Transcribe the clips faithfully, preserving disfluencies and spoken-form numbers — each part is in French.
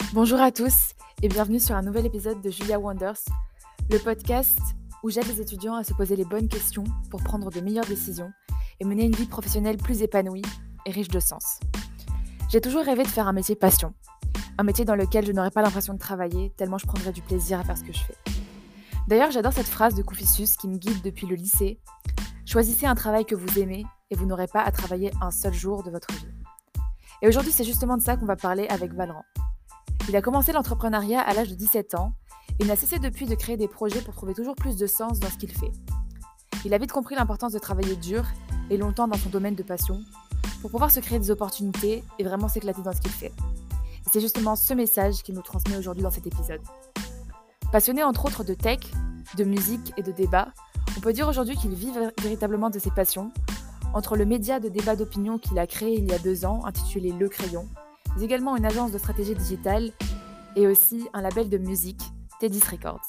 Bonjour à tous et bienvenue sur un nouvel épisode de Julia Wonders, le podcast où j'aide les étudiants à se poser les bonnes questions pour prendre de meilleures décisions et mener une vie professionnelle plus épanouie et riche de sens. J'ai toujours rêvé de faire un métier passion, un métier dans lequel je n'aurais pas l'impression de travailler tellement je prendrais du plaisir à faire ce que je fais. D'ailleurs, j'adore cette phrase de Confucius qui me guide depuis le lycée. Choisissez un travail que vous aimez et vous n'aurez pas à travailler un seul jour de votre vie. Et aujourd'hui, c'est justement de ça qu'on va parler avec Valran. Il a commencé l'entrepreneuriat à l'âge de dix-sept ans et n'a cessé depuis de créer des projets pour trouver toujours plus de sens dans ce qu'il fait. Il a vite compris l'importance de travailler dur et longtemps dans son domaine de passion pour pouvoir se créer des opportunités et vraiment s'éclater dans ce qu'il fait. Et c'est justement ce message qu'il nous transmet aujourd'hui dans cet épisode. Passionné entre autres de tech, de musique et de débat, on peut dire aujourd'hui qu'il vit véritablement de ses passions, entre le média de débat d'opinion qu'il a créé il y a deux ans, intitulé Le Crayon, mais également une agence de stratégie digitale et aussi un label de musique, Teddy's Records.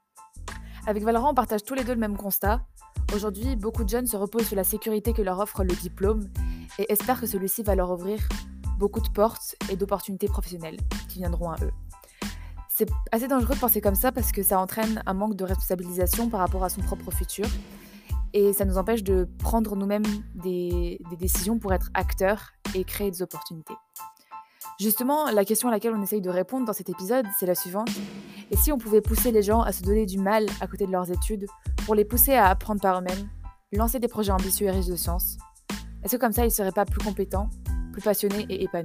Avec Valran, on partage tous les deux le même constat. Aujourd'hui, beaucoup de jeunes se reposent sur la sécurité que leur offre le diplôme et espèrent que celui-ci va leur ouvrir beaucoup de portes et d'opportunités professionnelles qui viendront à eux. C'est assez dangereux de penser comme ça parce que ça entraîne un manque de responsabilisation par rapport à son propre futur et ça nous empêche de prendre nous-mêmes des, des décisions pour être acteurs et créer des opportunités. Justement, la question à laquelle on essaye de répondre dans cet épisode, c'est la suivante. Et si on pouvait pousser les gens à se donner du mal à côté de leurs études, pour les pousser à apprendre par eux-mêmes, lancer des projets ambitieux et riches de sens, est-ce que comme ça, ils ne seraient pas plus compétents, plus passionnés et épanouis ?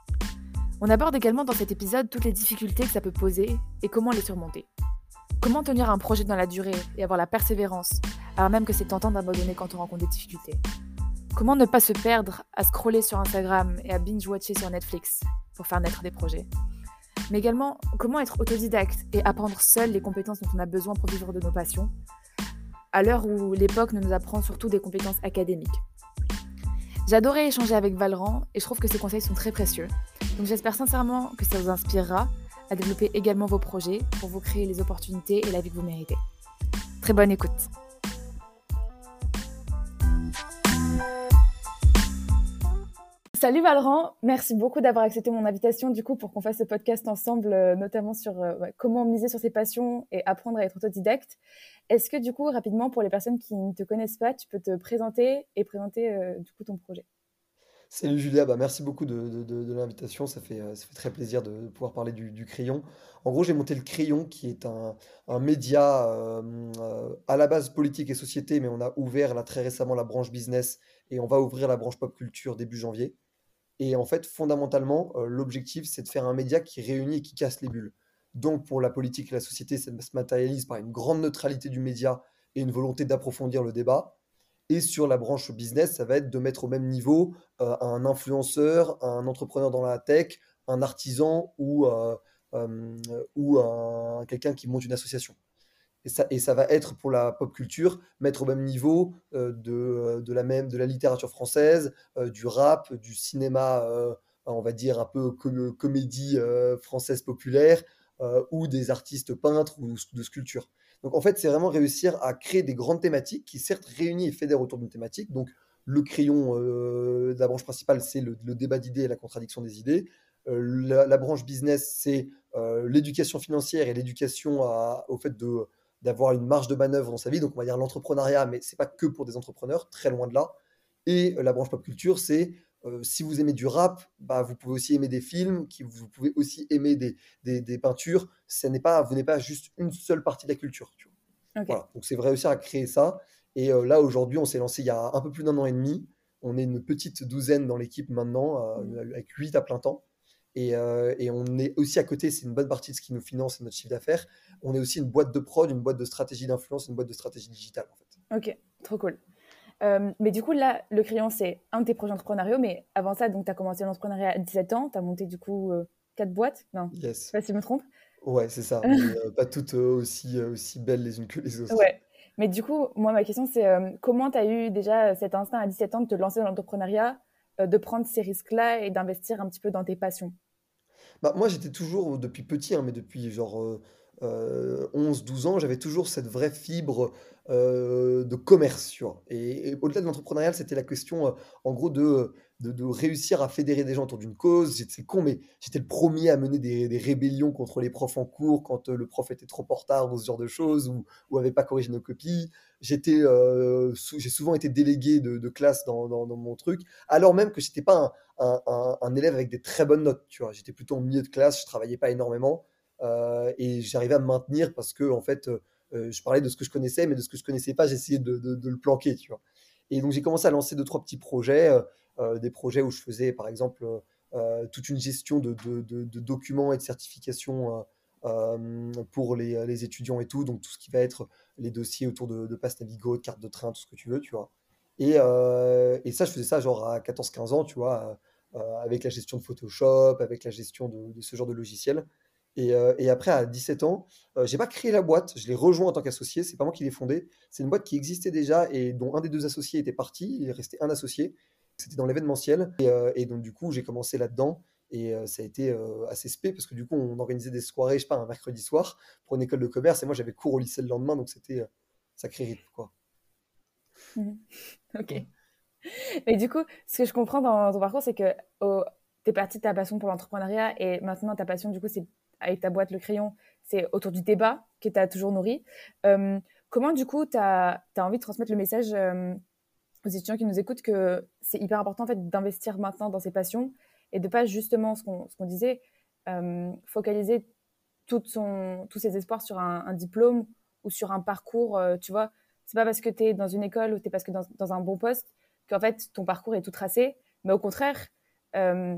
On aborde également dans cet épisode toutes les difficultés que ça peut poser et comment les surmonter. Comment tenir un projet dans la durée et avoir la persévérance, alors même que c'est tentant d'abandonner quand on rencontre des difficultés. Comment ne pas se perdre à scroller sur Instagram et à binge-watcher sur Netflix pour faire naître des projets. Mais également, comment être autodidacte et apprendre seul les compétences dont on a besoin pour vivre de nos passions, à l'heure où l'époque nous apprend surtout des compétences académiques. J'ai adoré échanger avec Valran et je trouve que ses conseils sont très précieux. Donc j'espère sincèrement que ça vous inspirera à développer également vos projets pour vous créer les opportunités et la vie que vous méritez. Très bonne écoute. Salut Valran, merci beaucoup d'avoir accepté mon invitation du coup pour qu'on fasse ce podcast ensemble, euh, notamment sur euh, ouais, comment miser sur ses passions et apprendre à être autodidacte. Est-ce que du coup, rapidement, pour les personnes qui ne te connaissent pas, tu peux te présenter et présenter euh, du coup ton projet ? Salut Julia, bah merci beaucoup de, de- de- de l'invitation, ça fait, euh, ça fait très plaisir de pouvoir parler du, du Crayon. En gros, j'ai monté le Crayon qui est un, un média euh, euh, à la base politique et société, mais on a ouvert là très récemment la branche business et on va ouvrir la branche pop culture début janvier. Et en fait, fondamentalement, euh, l'objectif, c'est de faire un média qui réunit et qui casse les bulles. Donc pour la politique et la société, ça se matérialise par une grande neutralité du média et une volonté d'approfondir le débat. Et sur la branche business, ça va être de mettre au même niveau euh, un influenceur, un entrepreneur dans la tech, un artisan ou, euh, euh, ou un- quelqu'un qui monte une association. Et ça, et ça va être pour la pop culture, mettre au même niveau euh, de, de la même, de la littérature française, euh, du rap, du cinéma, euh, on va dire un peu com- comédie euh, française populaire, euh, ou des artistes peintres ou de sculpture. Donc en fait, c'est vraiment réussir à créer des grandes thématiques qui certes réunissent et fédèrent autour d'une thématique. Donc le crayon euh, de la branche principale, c'est le, le débat d'idées et la contradiction des idées. Euh, la, la branche business, c'est euh, l'éducation financière et l'éducation à- au fait de d'avoir une marge de manœuvre dans sa vie. Donc, on va dire l'entrepreneuriat, mais c'est pas que pour des entrepreneurs, très loin de là. Et euh, la branche pop culture, c'est euh, si vous aimez du rap, bah, vous pouvez aussi aimer des films, qui, vous pouvez aussi aimer des, des, des peintures. Ça n'est pas, vous n'êtes pas juste une seule partie de la culture. Tu vois. Ok. Voilà. Donc, c'est réussir à créer ça. Et euh, là, aujourd'hui, on s'est lancé il y a un peu plus d'un an et demi. On est une petite douzaine dans l'équipe maintenant, Mm. euh, avec huit à plein temps. Et, euh, et on est aussi à côté, c'est une bonne partie de ce qui nous finance et notre chiffre d'affaires. On est aussi une boîte de prod, une boîte de stratégie d'influence, une boîte de stratégie digitale en fait. Ok, trop cool. Euh, mais du coup, là, le crayon, c'est un de tes projets entrepreneuriaux. Mais avant ça, donc, tu as commencé l'entrepreneuriat à dix-sept ans. Tu as monté du coup euh, quatre boîtes. Non, je sais Yes. pas si je me trompe. Ouais, c'est ça, mais euh, pas toutes euh, aussi, euh, aussi belles les unes que les autres. Ouais. Mais du coup, moi, ma question, c'est euh, comment tu as eu déjà cet instinct à dix-sept ans de te lancer dans l'entrepreneuriat, euh, de prendre ces risques-là et d'investir un petit peu dans tes passions? Bah, moi, j'étais toujours, depuis petit, hein, mais depuis genre euh, heu, onze douze ans, j'avais toujours cette vraie fibre, heu, de commerce, tu vois? Et et au-delà de l'entrepreneurial, c'était la question, heu, en gros de, de de réussir à fédérer des gens autour d'une cause. J'ét c'est con, mais j'étais le premier à mener des des rébellions contre les profs en cours quand, heu, le prof était trop en retard ou ce genre de choses ou ou avait pas corrigé nos copies. J'étais, heu, sou j'ai souvent été délégué de de classe dans dans dans mon truc, alors même que j'étais pas un un un un élève avec des très bonnes notes, tu vois? J'étais plutôt en milieu de classe, je travaillais pas énormément, heu et j'arrivais à me maintenir parce qu'en fait, heu heu, je parlais de ce que je connaissais, mais de ce que je connaissais pas, j'essayais de de de le planquer, tu vois? Et donc j'ai commencé à lancer deux trois petits projets, heu heu, des projets où je faisais par exemple, heu heu, toute une gestion de de de de documents et de certifications, heu, hem, pour les, heu, les étudiants et tout, donc tout ce qui va être les dossiers autour de de pass Navigo, de carte de train, tout ce que tu veux, tu vois? Et heu et ça, je faisais ça genre à quatorze quinze ans, tu vois? Heu heu, avec la gestion de Photoshop, avec la gestion de de ce genre de logiciel et heu et après à dix-sept ans, heu, j'ai pas créé la boîte, je l'ai rejoint en tant qu'associé, c'est pas moi qui l'ai fondée. C'est une boîte qui existait déjà et dont un des deux associés était parti, il restait un associé. C'était dans l'événementiel et heu et donc du coup, j'ai commencé là-dedans et heu, ça a été, heu, assez spé parce que du coup, on organisait des soirées, je sais pas, un mercredi soir pour une école de commerce et moi j'avais cours au lycée le lendemain, donc c'était, heu, sacré rythme, quoi. Mhm. Ok. Ouais. Et du coup, ce que je comprends dans ton parcours, c'est que oh, tu es parti de ta passion pour l'entrepreneuriat et maintenant ta passion, du coup, c'est avec ta boîte Le Crayon, c'est autour du débat que tu as toujours nourri. Euh, comment, du coup, tu as envie de transmettre le message euh, aux étudiants qui nous écoutent que c'est hyper important en fait, d'investir maintenant dans ses passions et de pas justement, ce qu'on ce qu'on disait, euh, focaliser tout son, tous ses espoirs sur un, un diplôme ou sur un parcours, euh, tu vois. C'est pas parce que tu es dans une école ou tu es parce que dans, dans un bon poste qu'en fait ton parcours est tout tracé, mais au contraire, euh,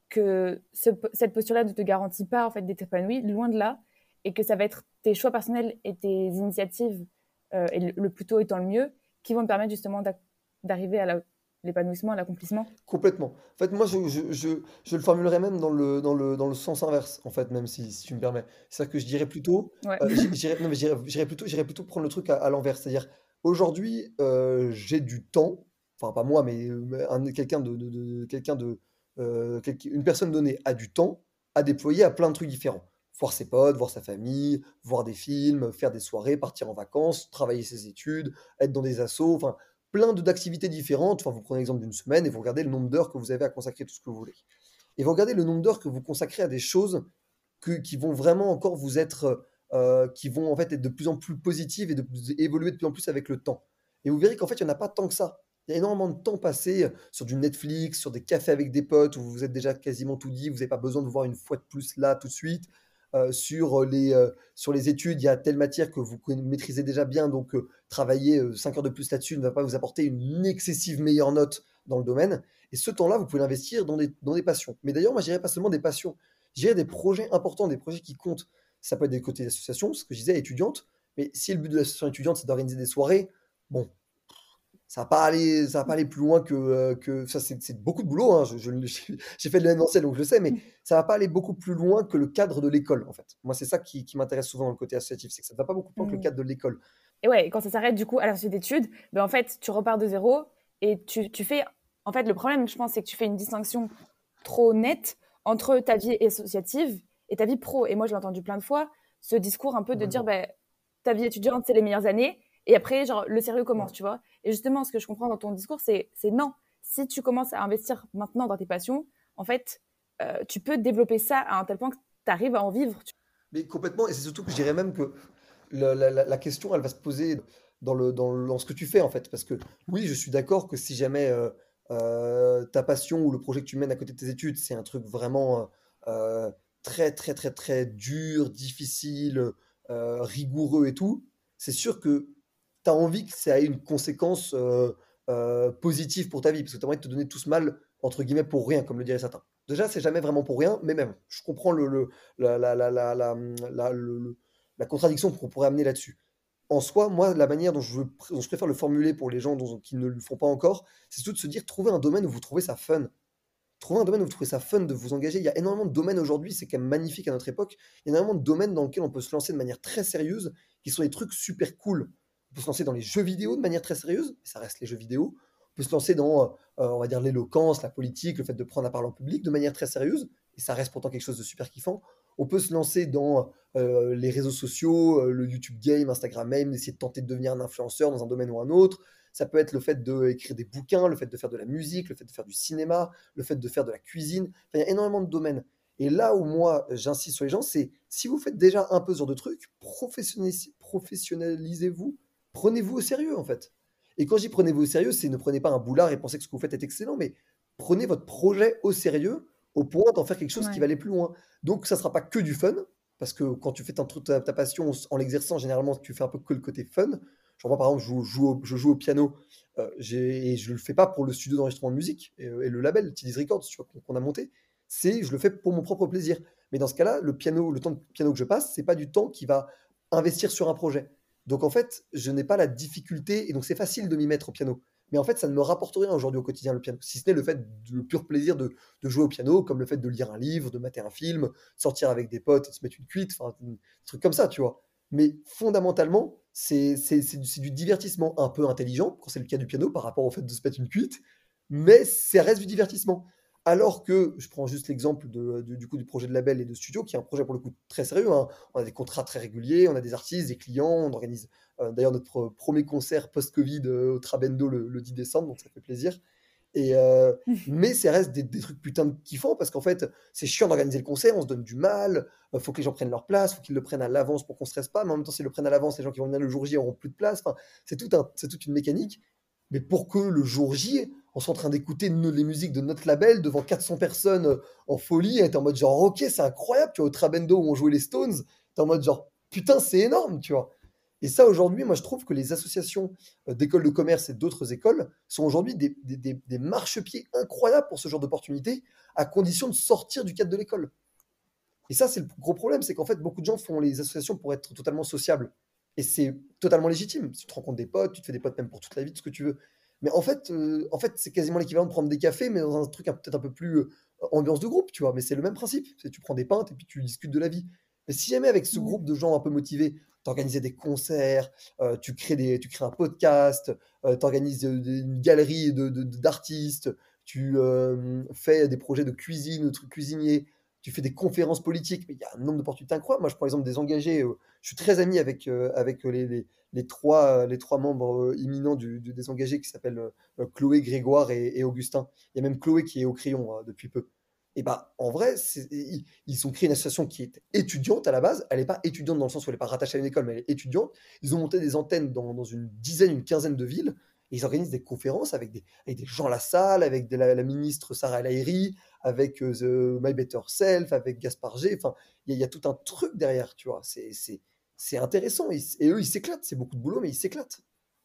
que ce, cette posture-là ne te garantit pas en fait d'être épanoui, loin de là, et que ça va être tes choix personnels et tes initiatives, euh, et le, le plus tôt étant le mieux, qui vont te permettre justement d'arriver à l'épanouissement, à l'accomplissement. Complètement. En fait, moi, je, je, je, je le formulerais même dans le, dans le, dans le sens inverse, en fait, même si, si tu me permets. C'est-à-dire que je dirais plutôt, Ouais. euh, j'i- j'irais, non, mais j'irais, j'irais plutôt, j'irais plutôt prendre le truc à, à l'envers. C'est-à-dire, aujourd'hui, euh, j'ai du temps, enfin, pas moi, mais euh, un, quelqu'un de, de, de- quelqu'un de, euh, quelqu'un- une personne donnée a du temps à déployer à plein de trucs différents. Voir ses potes, voir sa famille, voir des films, faire des soirées, partir en vacances, travailler ses études, être dans des assos, enfin, plein de d'activités différentes. Enfin, vous prenez l'exemple d'une semaine et vous regardez le nombre d'heures que vous avez à consacrer tout ce que vous voulez. Et vous regardez le nombre d'heures que vous consacrez à des choses que- qui vont vraiment encore vous être, euh, qui vont en fait être de plus en plus positives et de plus- évoluer de plus en plus avec le temps. Et vous verrez qu'en fait, il n'y en a pas tant que ça. Il y a énormément de temps passé sur du Netflix, sur des cafés avec des potes où vous vous êtes déjà quasiment tout dit, vous n'avez pas besoin de vous voir une fois de plus là tout de suite. Euh, sur les, euh, sur les études, il y a telle matière que vous conna- maîtrisez déjà bien, donc euh, travailler euh, cinq heures de plus là-dessus ne va pas vous apporter une excessive meilleure note dans le domaine. Et ce temps-là, vous pouvez l'investir dans des, dans des passions. Mais d'ailleurs, moi, je dirais pas seulement des passions, je dirais des projets importants, des projets qui comptent. Ça peut être des côtés d'associations, ce que je disais, étudiantes, mais si le but de l'association étudiante, c'est d'organiser des soirées, bon, ça va pas aller, ça va pas aller plus loin que, euh, que ça, c'est c'est beaucoup de boulot, hein, je- je- j'ai fait de l'événementiel, donc je le sais, mais ça va pas aller beaucoup plus loin que le cadre de l'école, en fait. Moi, c'est ça qui, qui m'intéresse souvent dans le côté associatif, c'est que ça ne va pas beaucoup plus loin que le Mm. cadre de l'école. Et ouais, quand ça s'arrête du coup à la suite d'études, ben en fait, tu repars de zéro et tu, tu fais. En fait, le problème, je pense, c'est que tu fais une distinction trop nette entre ta vie associative et ta vie pro. Et moi, je l'ai entendu plein de fois, ce discours un peu de dire, Complètement. ben, ta vie étudiante, c'est les meilleures années, et après, genre, le sérieux Ouais. commence, tu vois. Et justement, ce que je comprends dans ton discours, c'est, c'est non. Si tu commences à investir maintenant dans tes passions, en fait, euh, tu peux développer ça à un tel point que tu arrives à en vivre. tu- Mais complètement, et c'est surtout que je dirais même que la, la- la- la question, elle va se poser dans le, dans le- dans ce que tu fais, en fait. Parce que oui, je suis d'accord que si jamais euh, euh, ta passion ou le projet que tu mènes à côté de tes études, c'est un truc vraiment euh, très, très, très, très dur, difficile, euh, rigoureux et tout, c'est sûr que tu as envie que ça ait une conséquence euh, euh, positive pour ta vie. Parce que tu as envie de te donner tout ce mal, entre guillemets, pour rien, comme le diraient certains. Déjà, c'est jamais vraiment pour rien, mais même, je comprends le, le- la, la, la, la, la, la- le- le- la contradiction qu'on pourrait amener là-dessus. En soi, moi, la manière dont je, veux- dont je préfère le formuler pour les gens dont- qui ne le font pas encore, c'est surtout de se dire, trouvez un domaine où vous trouvez ça fun. Trouvez un domaine où vous trouvez ça fun de vous engager. Il y a énormément de domaines aujourd'hui, c'est quand même magnifique à notre époque. Il y a énormément de domaines dans lesquels on peut se lancer de manière très sérieuse, qui sont des trucs super cool. On peut se lancer dans les jeux vidéo de manière très sérieuse, mais ça reste les jeux vidéo. On peut se lancer dans, euh, on va dire, l'éloquence, la politique, le fait de prendre la parole en public de manière très sérieuse, et ça reste pourtant quelque chose de super kiffant. On peut se lancer dans euh, les réseaux sociaux, euh, le YouTube game, Instagram game, essayer de tenter de devenir un influenceur dans un domaine ou un autre. Ça peut être le fait d'écrire des bouquins, le fait de faire de la musique, le fait de faire du cinéma, le fait de faire de la cuisine. Enfin, il y a énormément de domaines. Et là où moi, j'insiste sur les gens, c'est si vous faites déjà un peu ce genre de trucs, professionnalisez- professionnalisez-vous, prenez-vous au sérieux en fait. Et quand je dis prenez-vous au sérieux, c'est ne prenez pas un boulard et pensez que ce que vous faites est excellent, mais prenez votre projet au sérieux au point d'en faire quelque chose qui Ouais. va aller plus loin. Donc ça ne sera pas que du fun, parce que quand tu fais ton truc, ta, ta passion en l'exerçant, généralement tu fais un peu que le côté fun. Genre moi par exemple, je joue, je joue au, je joue au piano euh, j'ai- et je le fais pas pour le studio d'enregistrement de musique et, et le label Tilly's Records tu vois, qu'on qu'on a monté. C'est je le fais pour mon propre plaisir. Mais dans ce cas-là, le piano, le temps de piano que je passe, c'est pas du temps qui va investir sur un projet. Donc en fait, je n'ai pas la difficulté et donc c'est facile de m'y mettre au piano. Mais en fait, ça ne me rapporte rien aujourd'hui au quotidien le piano, si ce n'est le fait, de- le pur plaisir de, de jouer au piano, comme le fait de lire un livre, de mater un film, de sortir avec des potes, de se mettre une cuite, enfin, des trucs comme ça, tu vois. Mais fondamentalement, c'est c'est- c'est du, c'est du divertissement un peu intelligent, quand c'est le cas du piano, par rapport au fait de se mettre une cuite, mais ça reste du divertissement. Alors que, je prends juste l'exemple de- de- du coup du projet de label et de studio, qui est un projet pour le coup très sérieux, hein. On a des contrats très réguliers, on a des artistes, des clients, on organise euh, d'ailleurs notre premier concert post-Covid euh, au Trabendo le, le dix décembre, donc ça fait plaisir. Et euh, mais ça reste des, des trucs putain de kiffants parce qu'en fait, c'est chiant d'organiser le concert, on se donne du mal, il faut que les gens prennent leur place, faut qu'ils le prennent à l'avance pour qu'on stresse pas, mais en même temps, s'ils le prennent à l'avance, les gens qui vont venir le jour J auront plus de place. Enfin, c'est tout un, c'est toute une mécanique. Mais pour que le jour J, on soit en train d'écouter nos- les musiques de notre label devant quatre cents personnes euh, en folie, et t'es en mode genre, ok, c'est incroyable, tu vois, au Trabendo où on jouait les Stones, t'es en mode genre, putain, c'est énorme, tu vois. Et ça, aujourd'hui, moi, je trouve que les associations euh, d'écoles de commerce et d'autres écoles sont aujourd'hui des, des, des, des marchepieds incroyables pour ce genre d'opportunités, à condition de sortir du cadre de l'école. Et ça, c'est le gros problème, c'est qu'en fait, beaucoup de gens font les associations pour être totalement sociables. Et c'est totalement légitime. Si tu te rencontres des potes, tu te fais des potes même pour toute la vie, tout ce que tu veux. Mais en fait, euh, en fait c'est quasiment l'équivalent de prendre des cafés, mais dans un truc un- peut-être un peu plus euh, ambiance de groupe, tu vois. Mais c'est le même principe. C'est tu prends des pintes et puis tu discutes de la vie. Mais si jamais avec ce Mm. groupe de gens un peu motivés, tu organisais des concerts, euh, tu, crées des, tu crées un podcast, tu organises une galerie de, de- d'artistes, tu euh, fais des projets de cuisine, de trucs cuisiniers, tu fais des conférences politiques, mais il y a un nombre d'opportunités incroyables. Moi, je prends l'exemple des engagés. euh, je suis très ami avec, euh, avec les, les, les trois, les trois membres euh, imminents du, du- des engagés qui s'appellent euh, Chloé, Grégoire et, et Augustin. Il y a même Chloé qui est au crayon euh, depuis peu. Et bah, en vrai, c'est- ils, ils ont créé une association qui est étudiante à la base. Elle n'est pas étudiante dans le sens où elle n'est pas rattachée à une école, mais elle est étudiante. Ils ont monté des antennes dans, dans une dizaine, une quinzaine de villes. Et ils organisent des conférences avec des, avec des gens à la salle, avec de la, la ministre Sarah El Haïry, avec euh, The My Better Self, avec Gaspard G. Enfin, il y, a- il y a tout un truc derrière, tu vois. C'est, c'est, c'est intéressant. Ils- et eux, ils s'éclatent. C'est beaucoup de boulot, mais ils s'éclatent.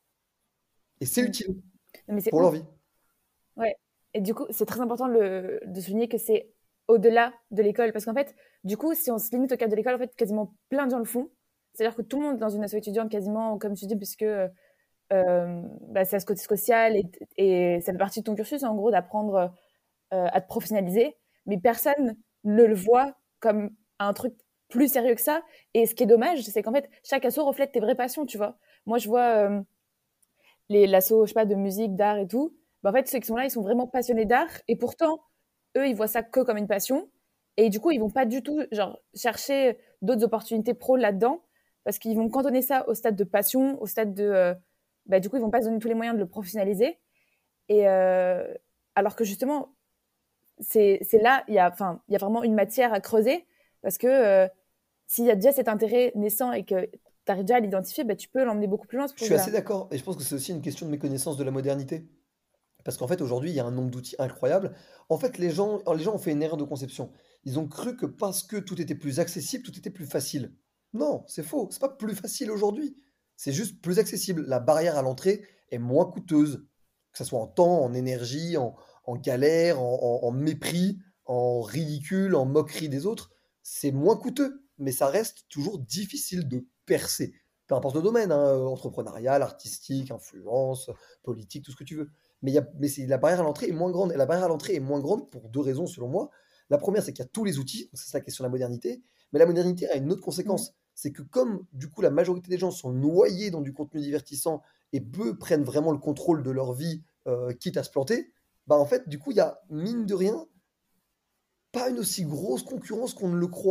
Et c'est Mm. utile Non, mais c'est pour ouf. leur vie. Ouais. Et du coup, c'est très important le- de souligner que c'est au-delà de l'école. Parce qu'en fait, du coup, si on se limite au cadre de l'école, en fait, quasiment plein de gens le font. C'est-à-dire que tout le monde est dans une asso étudiante, quasiment, comme tu dis, puisque euh, bah, c'est ce côté social et, et ça fait partie de ton cursus, en gros, d'apprendre euh, à te professionnaliser. Mais personne ne le voit comme un truc plus sérieux que ça. Et ce qui est dommage, c'est qu'en fait, chaque asso reflète tes vraies passions, tu vois. Moi, je vois euh, les l'assaut, je sais pas, de musique, d'art et tout. Bah, en fait, ceux qui sont là, ils sont vraiment passionnés d'art. Et pourtant, eux, ils voient ça que comme une passion. Et du coup, ils vont pas du tout, genre, chercher d'autres opportunités pro là-dedans. Parce qu'ils vont cantonner ça au stade de passion, au stade de. euh, bah, du coup, ils vont pas se donner tous les moyens de le professionnaliser. Et euh, alors que justement, c'est c'est là, il y a, enfin, il y a vraiment une matière à creuser. Parce que euh, s'il y a déjà cet intérêt naissant et que tu arrives déjà à l'identifier, bah, tu peux l'emmener beaucoup plus loin, ce Je suis assez projet-là. d'accord. Et je pense que c'est aussi une question de méconnaissance de la modernité. Parce qu'en fait, aujourd'hui, il y a un nombre d'outils incroyable. En fait, les gens, les gens ont fait une erreur de conception. Ils ont cru que parce que tout était plus accessible, tout était plus facile. Non, c'est faux. C'est pas plus facile aujourd'hui. C'est juste plus accessible. La barrière à l'entrée est moins coûteuse. Que ce soit en temps, en énergie, en, en galère, en, en- en mépris, en ridicule, en moquerie des autres. C'est moins coûteux. Mais ça reste toujours difficile de percer. Peu importe le domaine, hein, entrepreneurial, artistique, influence, politique, tout ce que tu veux. Mais, il y a, mais c'est, la barrière à l'entrée est moins grande. Et la barrière à l'entrée est moins grande pour deux raisons, selon moi. La première, c'est qu'il y a tous les outils. Donc, c'est ça la question de la modernité. Mais la modernité a une autre Mm. conséquence. C'est que comme, du coup, la majorité des gens sont noyés dans du contenu divertissant et peu prennent vraiment le contrôle de leur vie, euh, quitte à se planter, bah en fait, du coup, il y a, mine de rien, pas une aussi grosse concurrence qu'on ne le croit.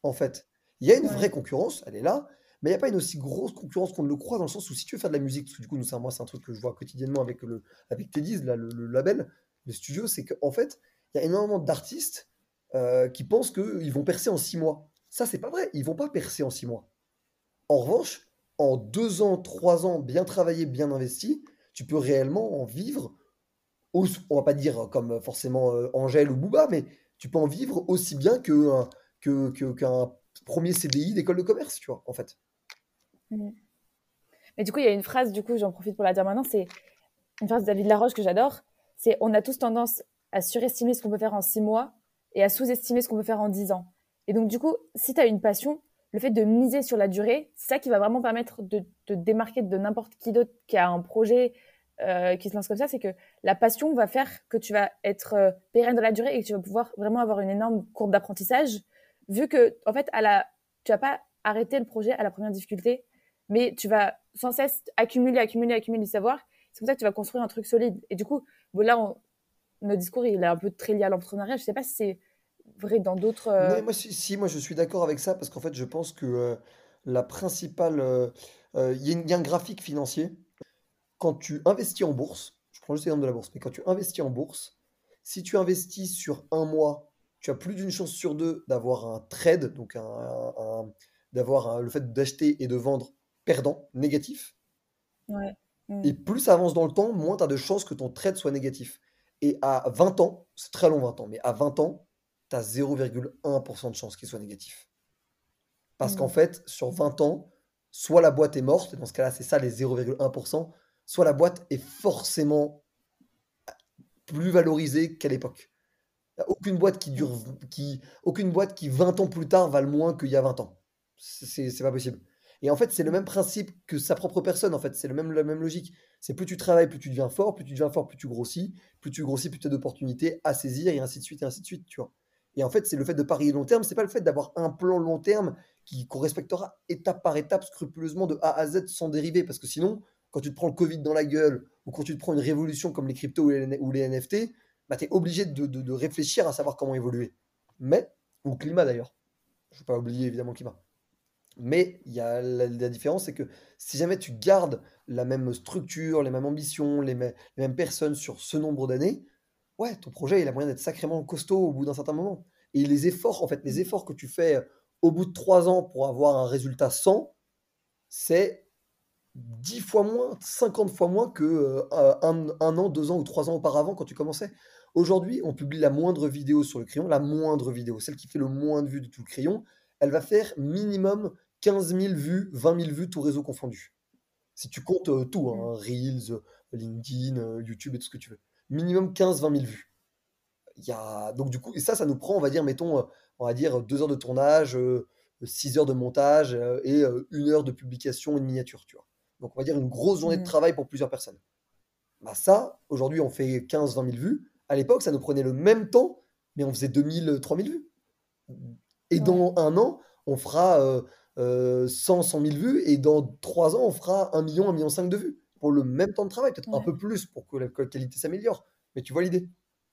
en fait. Il y a une Ouais. vraie concurrence, elle est là, mais il n'y a pas une aussi grosse concurrence qu'on ne le croit, dans le sens où si tu veux faire de la musique, parce que du coup, nous, ça, moi, c'est un truc que je vois quotidiennement avec, le, avec Teddy's, là, le, le label, le studio, c'est qu'en fait, il y a énormément d'artistes euh, qui pensent qu'ils vont percer en six mois. Ça, c'est pas vrai, ils vont pas percer en six mois. En revanche, en deux ans, trois ans, bien travaillé, bien investi, tu peux réellement en vivre, au- on va pas dire comme forcément euh, Angèle ou Booba, mais tu peux en vivre aussi bien que, un- que, que- qu'un premier C D I d'école de commerce, tu vois, en fait. Mm. Mais du coup, il y a une phrase, du coup, j'en profite pour la dire maintenant, c'est une phrase de David Laroche que j'adore, c'est on a tous tendance à surestimer ce qu'on peut faire en six mois et à sous-estimer ce qu'on peut faire en dix ans. Et donc, du coup, si tu as une passion, le fait de miser sur la durée, c'est ça qui va vraiment permettre de te démarquer de n'importe qui d'autre qui a un projet euh, qui se lance comme ça, c'est que la passion va faire que tu vas être euh, pérenne dans la durée et que tu vas pouvoir vraiment avoir une énorme courbe d'apprentissage, vu que, en fait, à la, tu vas pas arrêter le projet à la première difficulté, mais tu vas sans cesse accumuler, accumuler, accumuler du savoir. C'est comme ça que tu vas construire un truc solide. Et du coup, bon, là, on, notre discours, il est un peu très lié à l'entrepreneuriat. Je sais pas si c'est vrai dans d'autres. Non, euh, mais moi, si, si, moi, je suis d'accord avec ça, parce qu'en fait, je pense que euh, la principale... euh, euh, Il y a une- il y a un graphique financier. Quand tu investis en bourse, je prends juste l'exemple de la bourse, mais quand tu investis en bourse, si tu investis sur un mois, tu as plus d'une chance sur deux d'avoir un trade, donc un, un- un- d'avoir un- le fait d'acheter et de vendre perdant, négatif. Ouais. Et Mm. plus ça avance dans le temps, moins tu as de chances que ton trade soit négatif. Et à vingt ans, c'est très long vingt ans, mais à vingt ans, tu as zéro virgule un pour cent de chances qu'il soit négatif. Parce qu'en Mm. fait, sur vingt ans, soit la boîte est morte, et dans ce cas-là, c'est ça les zéro virgule un pour cent, soit la boîte est forcément plus valorisée qu'à l'époque. Il n'y a aucune boîte qui dure, qui, aucune boîte qui vingt ans plus tard valent moins qu'il y a vingt ans. C'est c'est pas possible. Et en fait, c'est le Mm. même principe que sa propre personne, en fait. C'est le même, la même logique. C'est plus tu travailles, plus tu deviens fort, plus tu deviens fort, plus tu grossis, plus tu grossis, plus tu as d'opportunités à saisir, et ainsi de suite, et ainsi de suite, tu vois. Et en fait, c'est le fait de parier long terme, c'est pas le fait d'avoir un plan long terme qui, qu'on respectera étape par étape, scrupuleusement de A à Z sans dériver. Parce que sinon, quand tu te prends le Covid dans la gueule, ou quand tu te prends une révolution comme les cryptos ou les, ou les N F T, bah, tu es obligé de, de- de réfléchir à savoir comment évoluer. Mais, ou le climat d'ailleurs, je ne veux pas oublier évidemment le climat. Mais il y a la, la différence, c'est que si jamais tu gardes la même structure, les mêmes ambitions, les, mê- les mêmes personnes sur ce nombre d'années, ouais, ton projet il a moyen d'être sacrément costaud au bout d'un certain moment. Et les efforts, en fait, les efforts que tu fais au bout de trois ans pour avoir un résultat cent, c'est dix fois moins, cinquante fois moins que euh, un, un an, deux ans ou trois ans auparavant quand tu commençais. Aujourd'hui, on publie la moindre vidéo sur le crayon, la moindre vidéo, celle qui fait le moins de vues de tout le crayon, elle va faire minimum quinze mille vues, vingt mille vues, tout réseau confondu. Si tu comptes euh, tout, Mm. hein, Reels, LinkedIn, euh, YouTube et tout ce que tu veux. Minimum quinze vingt mille vues. Il y a... Donc du coup, et ça, ça nous prend, on va dire, mettons, euh, on va dire deux heures de tournage, euh, six heures de montage euh, et euh, une heure de publication et de miniature, tu vois. Donc on va dire une grosse journée de Mm. travail pour plusieurs personnes. Bah ça, aujourd'hui, on fait quinze vingt mille vues. À l'époque, ça nous prenait le même temps, mais on faisait deux mille trois mille vues. Et Ouais. dans un an, on fera euh, euh, cent cent mille vues, et dans trois ans, on fera un million, un million cinq de vues. Pour le même temps de travail, peut-être un Ouais. peu plus pour que la qualité s'améliore. Mais tu vois l'idée.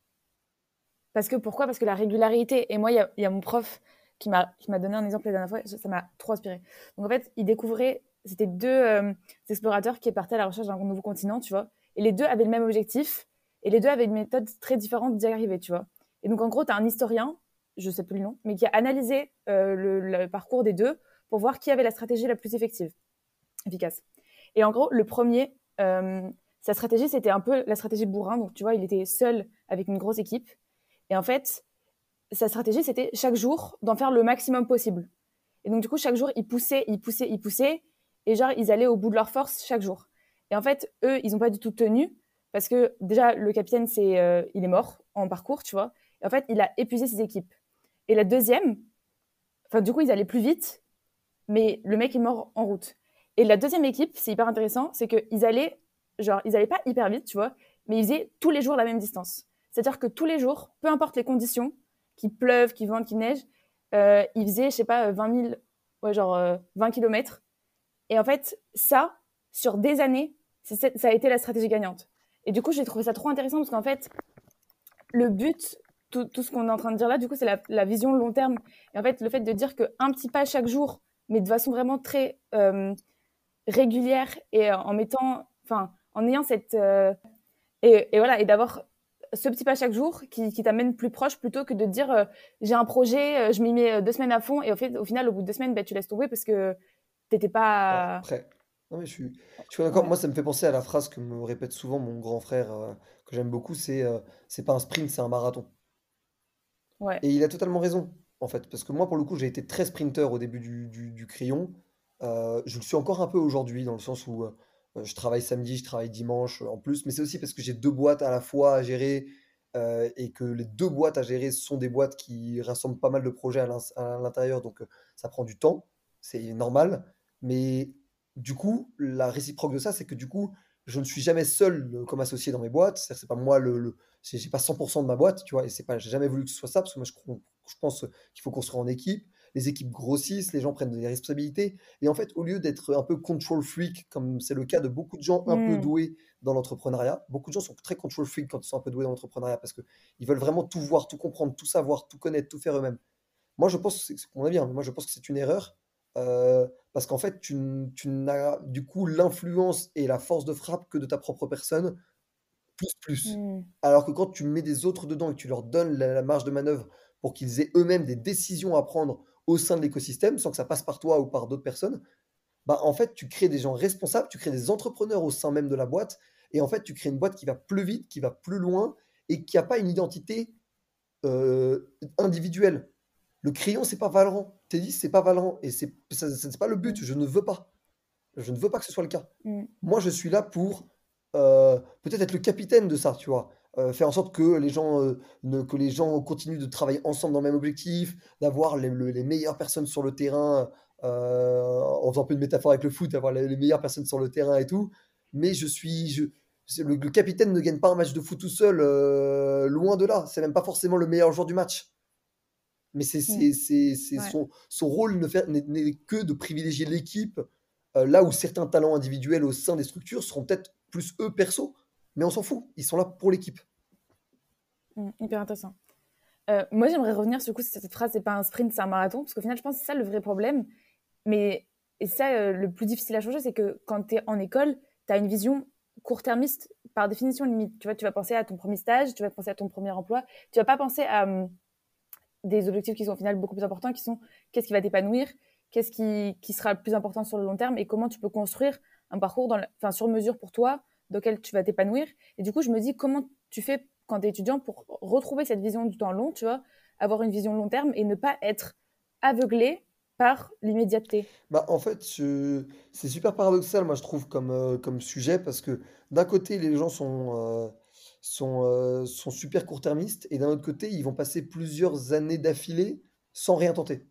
Parce que pourquoi? Parce que la régularité. Et moi, il y a, il y a mon prof qui m'a qui m'a donné un exemple la dernière fois. Ça ça m'a trop inspiré. Donc en fait, il découvrait. C'était deux euh, explorateurs qui partaient à la recherche d'un nouveau continent, tu vois. Et les deux avaient le même objectif. Et les deux avaient une méthode très différente d'y arriver, tu vois. Et donc en gros, tu as un historien, je sais plus le nom, mais qui a analysé euh, le, le parcours des deux pour voir qui avait la stratégie la plus effective, efficace. Et en gros, le premier, euh, sa stratégie, c'était un peu la stratégie bourrin. Donc tu vois, il était seul avec une grosse équipe. Et en fait, sa stratégie, c'était chaque jour d'en faire le maximum possible. Et donc, du coup, chaque jour, ils poussaient, ils poussaient, ils poussaient. Et genre, ils allaient au bout de leur force chaque jour. Et en fait, eux, ils n'ont pas du tout tenu. Parce que déjà, le capitaine, c'est, euh, il est mort en parcours, tu vois. Et en fait, il a épuisé ses équipes. Et la deuxième, enfin, du coup, ils allaient plus vite. Mais le mec est mort en route. Et la deuxième équipe, c'est hyper intéressant, c'est qu'ils allaient, genre, ils allaient pas hyper vite, tu vois, mais ils faisaient tous les jours la même distance. C'est-à-dire que tous les jours, peu importe les conditions, qu'il pleuve, qu'il vente, qu'il neige, euh, ils faisaient, je sais pas, vingt mille, ouais, genre euh, vingt kilomètres. Et en fait, ça, sur des années, c'est, ça a été la stratégie gagnante. Et du coup, j'ai trouvé ça trop intéressant parce qu'en fait, le but, tout, tout ce qu'on est en train de dire là, du coup, c'est la, la vision long terme. Et en fait, le fait de dire qu'un petit pas chaque jour, mais de façon vraiment très euh, régulière et en mettant, enfin, en ayant cette. Euh, et, et voilà, et d'avoir ce petit pas chaque jour qui, qui t'amène plus proche plutôt que de dire euh, j'ai un projet, euh, je m'y mets euh, deux semaines à fond et au, fait, au final, au bout de deux semaines, bah, tu laisses tomber parce que t'étais Ouais, pas. après. Non, mais je suis, je suis d'accord. Ouais, Moi, ça me fait penser à la phrase que me répète souvent mon grand frère, euh, que j'aime beaucoup, c'est euh, c'est pas un sprint, c'est un marathon. ouais. Et il a totalement raison, en fait, parce que moi, pour le coup, j'ai été très sprinter au début du, du- du crayon. Euh, je le suis encore un peu aujourd'hui, dans le sens où euh, je travaille samedi, je travaille dimanche euh, en plus, mais c'est aussi parce que j'ai deux boîtes à la fois à gérer, euh, et que les deux boîtes à gérer sont des boîtes qui rassemblent pas mal de projets à l'in- à l'intérieur, donc euh, ça prend du temps, c'est normal. Mais du coup, la réciproque de ça, c'est que du coup, je ne suis jamais seul euh, comme associé dans mes boîtes, c'est-à-dire que c'est pas moi le, le- j'ai j'ai pas cent pour cent de ma boîte, tu vois, et c'est pas, j'ai jamais voulu que ce soit ça, parce que moi je, cro- je pense qu'il faut construire en équipe, les équipes grossissent, les gens prennent des responsabilités, et en fait, au lieu d'être un peu control freak, comme c'est le cas de beaucoup de gens un peu Mm, doués dans l'entrepreneuriat, beaucoup de gens sont très control freak quand ils sont un peu doués dans l'entrepreneuriat, parce qu'ils veulent vraiment tout voir, tout comprendre, tout savoir, tout connaître, tout faire eux-mêmes. Moi, je pense que c'est c'est mon avis, hein, mais moi je pense que c'est une erreur, euh, parce qu'en fait, tu, n- tu n'as du coup l'influence et la force de frappe que de ta propre personne, plus, plus. mm, Alors que quand tu mets des autres dedans et que tu leur donnes la, la marge de manœuvre pour qu'ils aient eux-mêmes des décisions à prendre au sein de l'écosystème, sans que ça passe par toi ou par d'autres personnes, bah en fait, tu crées des gens responsables, tu crées des entrepreneurs au sein même de la boîte, et en fait, tu crées une boîte qui va plus vite, qui va plus loin, et qui n'a pas une identité euh, individuelle. Le crayon, c'est pas Valorant. Tennis, c'est pas Valorant. Et c'est ça- ça- c'est pas le but. mm, Je ne veux pas. Je ne veux pas que ce soit le cas. mm. Moi, je suis là pour euh, peut-être être le capitaine de ça, tu vois. Euh, faire en sorte que les gens, euh, ne- que les gens continuent de travailler ensemble dans le même objectif, d'avoir les, le- les meilleures personnes sur le terrain, euh, en faisant un peu de métaphore avec le foot, d'avoir les, les meilleures personnes sur le terrain et tout. Mais je suis, je, c'est- le, le capitaine ne gagne pas un match de foot tout seul, euh, loin de là. C'est même pas forcément le meilleur joueur du match. Mais c'est, Mm. c'est, c'est, c'est Ouais. son, son rôle ne fait- n'est n'est que de privilégier l'équipe, euh, là où certains talents individuels au sein des structures seront peut-être plus eux perso, mais on s'en fout, ils sont là pour l'équipe. Mm, hyper intéressant. Euh, moi, j'aimerais revenir sur coup, sur cette phrase, c'est pas un sprint, c'est un marathon, parce qu'au final, je pense que c'est ça le vrai problème. Mais et ça, euh, le plus difficile à changer, c'est que quand tu es en école, tu as une vision court-termiste par définition limite. Tu vois, tu vas penser à ton premier stage, tu vas penser à ton premier emploi, tu vas pas penser à hum, des objectifs qui sont au final beaucoup plus importants, qui sont qu'est-ce qui va t'épanouir, qu'est-ce qui, qui sera le plus important sur le long terme et comment tu peux construire un parcours dans le- enfin, sur mesure pour toi, dans lequel tu vas t'épanouir. Et du coup, je me dis comment tu fais quand tu es étudiant pour retrouver cette vision du temps long, tu vois, avoir une vision long terme et ne pas être aveuglé par l'immédiateté. Bah, en fait, je- c'est super paradoxal, moi, je trouve, comme, euh, comme sujet, parce que d'un côté, les gens sont, euh, sont, euh, sont super court-termistes, et d'un autre côté, ils vont passer plusieurs années d'affilée sans rien tenter.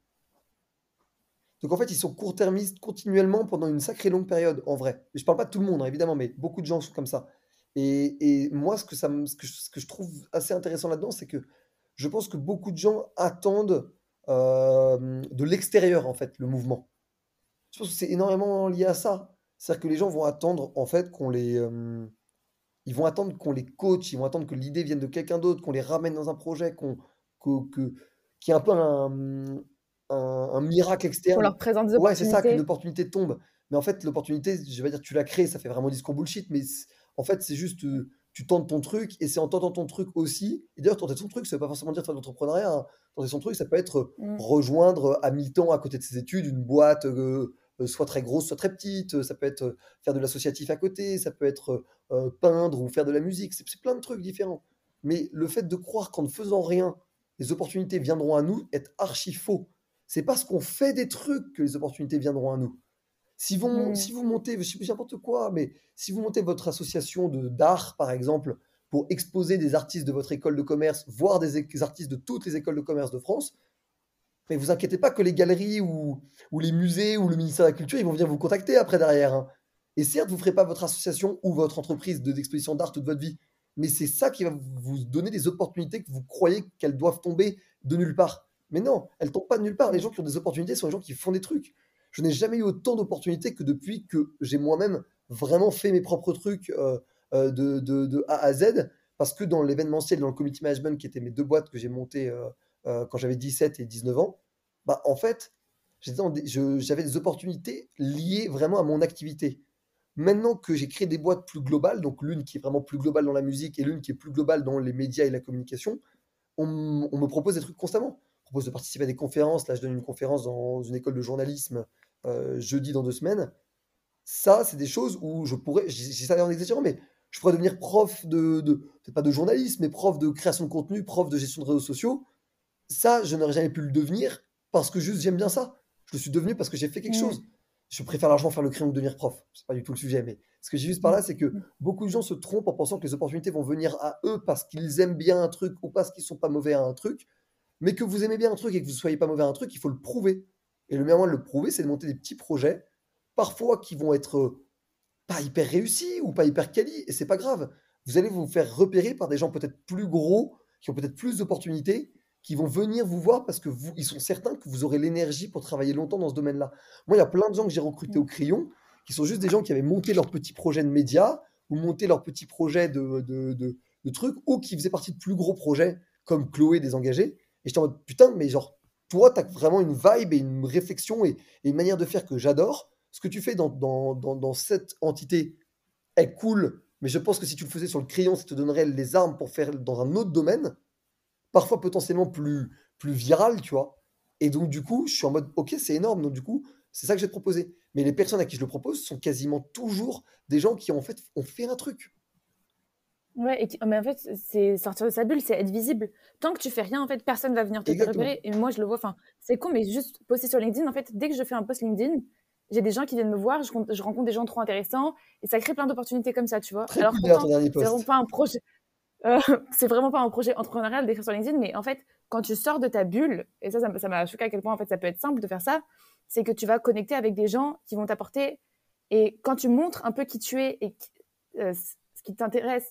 Donc en fait, ils sont court-termistes continuellement pendant une sacrée longue période, en vrai. Je parle pas de tout le monde, hein, évidemment, mais beaucoup de gens sont comme ça. Et, et moi, ce que ça me- ce que, je ce que je trouve assez intéressant là-dedans, c'est que je pense que beaucoup de gens attendent euh, de l'extérieur, en fait, le mouvement. Je pense que c'est énormément lié à ça. C'est-à-dire que les gens vont attendre, en fait, qu'on les, euh, ils vont attendre qu'on les coach, ils vont attendre que l'idée vienne de quelqu'un d'autre, qu'on les ramène dans un projet, qu'on, que, que- qu'il y ait un peu un, un, un miracle Qu'on externe. leur présente des Ouais, c'est ça, qu'une opportunités. opportunité tombe. Mais en fait, l'opportunité, je vais dire, tu l'as créée, ça fait vraiment discours bullshit, mais c'est- en fait, c'est juste, euh, tu tentes ton truc, et c'est en tentant ton truc aussi. Et d'ailleurs, tenter son truc, ça veut pas forcément dire faire de l'entrepreneuriat, hein. Tenter son truc, ça peut être euh, Mm. rejoindre à mi-temps à côté de ses études une boîte, euh, euh, soit très grosse, soit très petite. Ça peut être euh, faire de l'associatif à côté, ça peut être euh, euh, peindre ou faire de la musique, c'est c'est plein de trucs différents. Mais le fait de croire qu'en ne faisant rien, les opportunités viendront à nous est archi faux. C'est parce qu'on fait des trucs que les opportunités viendront à nous. Si vous, Mm. si vous montez, je sais pas, n'importe quoi, mais si vous montez votre association de d'art, par exemple, pour exposer des artistes de votre école de commerce, voire des, é- des artistes de toutes les écoles de commerce de France, mais vous inquiétez pas que les galeries ou, ou les musées ou le ministère de la Culture, ils vont venir vous contacter après derrière, hein. Et certes, vous ne ferez pas votre association ou votre entreprise de- d'exposition d'art toute votre vie, mais c'est ça qui va vous donner des opportunités que vous croyez qu'elles doivent tomber de nulle part. Mais non, elles tombent pas de nulle part. Les Mm. gens qui ont des opportunités sont les gens qui font des trucs. Je n'ai jamais eu autant d'opportunités que depuis que j'ai moi-même vraiment fait mes propres trucs euh, euh, de, de- de A à Z, parce que dans l'événementiel, dans le community management, qui étaient mes deux boîtes que j'ai montées euh, euh, quand j'avais dix-sept et dix-neuf ans, bah, en fait, j'étais dans des- je- j'avais des opportunités liées vraiment à mon activité. Maintenant que j'ai créé des boîtes plus globales, donc l'une qui est vraiment plus globale dans la musique et l'une qui est plus globale dans les médias et la communication, on, m- on me propose des trucs constamment. On me propose de participer à des conférences. Là, je donne une conférence dans une école de journalisme euh, jeudi dans deux semaines. Ça, c'est des choses où je pourrais, j'ai j'ai ça en exagérant, mais je pourrais devenir prof de, de peut-être pas de journalisme, mais prof de création de contenu, prof de gestion de réseaux sociaux. Ça, je n'aurais jamais pu le devenir parce que juste j'aime bien ça. Je le suis devenu parce que j'ai fait quelque Mm. chose. Je préfère l'argent faire le crayon que devenir prof. C'est pas du tout le sujet, mais ce que j'ai juste par là, c'est que beaucoup de gens se trompent en pensant que les opportunités vont venir à eux parce qu'ils aiment bien un truc ou parce qu'ils sont pas mauvais à un truc. Mais que vous aimez bien un truc et que vous ne soyez pas mauvais à un truc, il faut le prouver. Et le meilleur moyen de le prouver, c'est de monter des petits projets, parfois qui vont être euh, pas hyper réussis ou pas hyper quali, et c'est pas grave. Vous allez vous faire repérer par des gens peut-être plus gros, qui ont peut-être plus d'opportunités, qui vont venir vous voir parce que vous, ils sont certains que vous aurez l'énergie pour travailler longtemps dans ce domaine-là. Moi, il y a plein de gens que j'ai recrutés au Mm. crayon, qui sont juste des gens qui avaient monté leur petit projet de médias, ou monté leur petit projet de, de, de, de trucs, ou qui faisaient partie de plus gros projets, comme Chloé des engagés. Et j'étais en mode, putain, mais genre, toi, tu as vraiment une vibe et une réflexion et, et une manière de faire que j'adore. Ce que tu fais dans, dans, dans, dans cette entité est cool, mais je pense que si tu le faisais sur le crayon, ça te donnerait les armes pour faire dans un autre domaine, parfois potentiellement plus, plus viral, tu vois. Et donc, du coup, je suis en mode, ok, c'est énorme. Donc, du coup, c'est ça que j'ai proposé. Mais les personnes à qui je le propose sont quasiment toujours des gens qui, en fait, ont fait un truc. Ouais, et qui- mais en fait, c'est sortir de sa bulle, c'est être visible. Tant que tu fais rien, en fait, personne va venir te faire Exactement. repérer. Et moi, je le vois, enfin, c'est con, mais juste poster sur LinkedIn, en fait, dès que je fais un post LinkedIn, j'ai des gens qui viennent me voir, je, rencontre- je rencontre des gens trop intéressants, et ça crée plein d'opportunités comme ça, tu vois. Très Alors cool d'ailleurs ton pourtant, dernier c'est vraiment post. pas un projet, euh, c'est vraiment pas un projet entrepreneurial d'écrire sur LinkedIn, mais en fait, quand tu sors de ta bulle, et ça, ça m'a ça m'a choqué à quel point, en fait, ça peut être simple de faire ça, c'est que tu vas connecter avec des gens qui vont t'apporter, et quand tu montres un peu qui tu es et qui- euh, ce qui t'intéresse,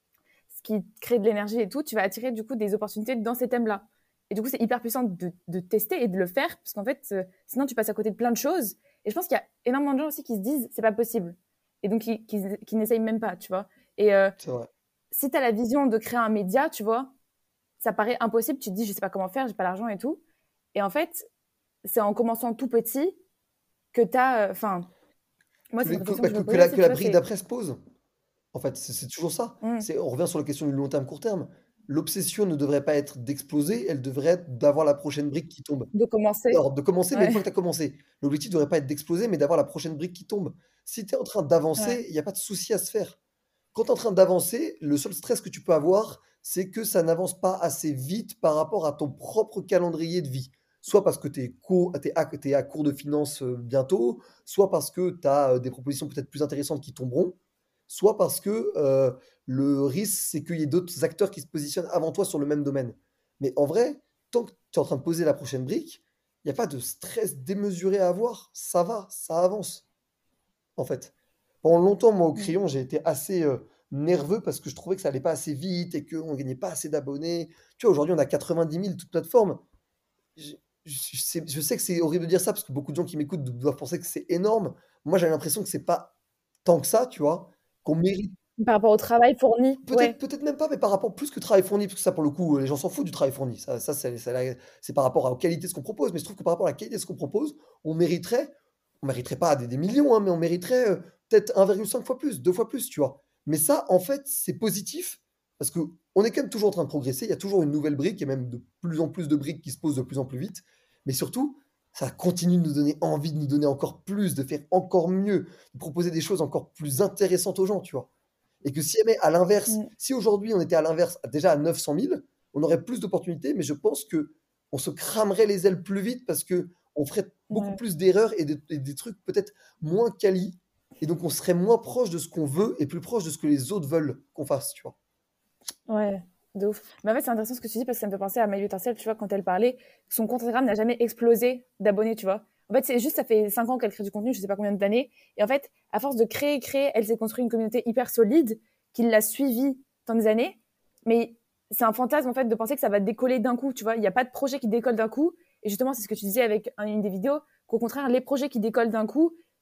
ce qui crée de l'énergie et tout, tu vas attirer du coup des opportunités dans ces thèmes-là. Et du coup, c'est hyper puissant de, de tester et de le faire, parce qu'en fait, euh, sinon tu passes à côté de plein de choses. Et je pense qu'il y a énormément de gens aussi qui se disent c'est pas possible. Et donc qui, qui, qui n'essayent même pas, tu vois. Et euh, C'est vrai. si tu as la vision de créer un média, tu vois, ça paraît impossible. Tu te dis je sais pas comment faire, j'ai pas l'argent et tout. Et en fait, c'est en commençant tout petit que tu as. Enfin, euh, moi, Que, c'est une les- que- réflexion bah, que je que- me que posais la, aussi, que tu la vois, brique c'est. d'après se pose. En fait, c'est c'est toujours ça. Mm, C'est, on revient sur la question du long terme, court terme. L'obsession ne devrait pas être d'exploser, elle devrait être d'avoir la prochaine brique qui tombe. de commencer. Alors, de commencer, mais une Ouais, fois que tu as commencé, l'objectif ne devrait pas être d'exploser, mais d'avoir la prochaine brique qui tombe. Si tu es en train ouais, d'avancer, il n'y a pas de souci à se faire. Quand tu es en train d'avancer, le seul stress que tu peux avoir, c'est que ça n'avance pas assez vite par rapport à ton propre calendrier de vie. Soit parce que tu es, à, t'es à court de finances euh, bientôt, soit parce que tu as des propositions peut-être plus intéressantes qui tomberont, soit parce que euh, le risque, c'est qu'il y ait d'autres acteurs qui se positionnent avant toi sur le même domaine. Mais en vrai, tant que tu es en train de poser la prochaine brique, il n'y a pas de stress démesuré à avoir. Ça va, ça avance, en fait. Pendant longtemps, moi, au mm, crayon, j'ai été assez euh, nerveux parce que je trouvais que ça allait pas assez vite et qu'on gagnait pas assez d'abonnés. Tu vois, aujourd'hui, on a quatre-vingt-dix mille toutes plateformes. Je, je sais, je sais que c'est horrible de dire ça parce que beaucoup de gens qui m'écoutent doivent penser que c'est énorme. Moi, j'ai l'impression que c'est pas tant que ça, tu vois, qu'on mérite. par rapport au travail fourni, Peut-être ouais. peut-être même pas, mais par rapport plus que travail fourni, parce que ça, pour le coup, les gens s'en foutent du travail fourni. Ça, ça c'est c'est la- c'est par rapport à la qualité de ce qu'on propose. Mais je trouve que par rapport à la qualité de ce qu'on propose, on mériterait, on mériterait pas des, des millions, hein, mais on mériterait euh, peut-être un virgule cinq fois plus, deux fois plus, tu vois. Mais ça, en fait, c'est positif, parce que on est quand même toujours en train de progresser. Il y a toujours une nouvelle brique, et même de plus en plus de briques qui se posent de plus en plus vite. Mais surtout, ça continue de nous donner envie de nous donner encore plus, de faire encore mieux, de proposer des choses encore plus intéressantes aux gens, tu vois. Et que si jamais, à l'inverse, Mm, si aujourd'hui on était à l'inverse, déjà à neuf cent mille, on aurait plus d'opportunités, mais je pense que on se cramerait les ailes plus vite parce que on ferait beaucoup ouais. plus d'erreurs et, de- et des trucs peut-être moins quali. Et donc on serait moins proche de ce qu'on veut et plus proche de ce que les autres veulent qu'on fasse, tu vois. Ouais, de ouf. Mais en fait, c'est intéressant ce que tu dis parce que ça me fait penser à Maïve Tarcel, tu vois, quand elle parlait, son compte Instagram n'a jamais explosé d'abonnés, tu vois. En fait, c'est juste, ça fait cinq ans qu'elle crée du contenu, je sais pas combien d'années. Et en fait, à force de créer, créer, elle s'est construite une communauté hyper solide qui l'a suivie tant des années. Mais c'est un fantasme, en fait, de penser que ça va décoller d'un coup, tu vois. Il n'y a pas de projet qui décolle d'un coup. Et justement, c'est ce que tu disais avec un- une des vidéos, qu'au contraire, les projets qui décollent d'un coup,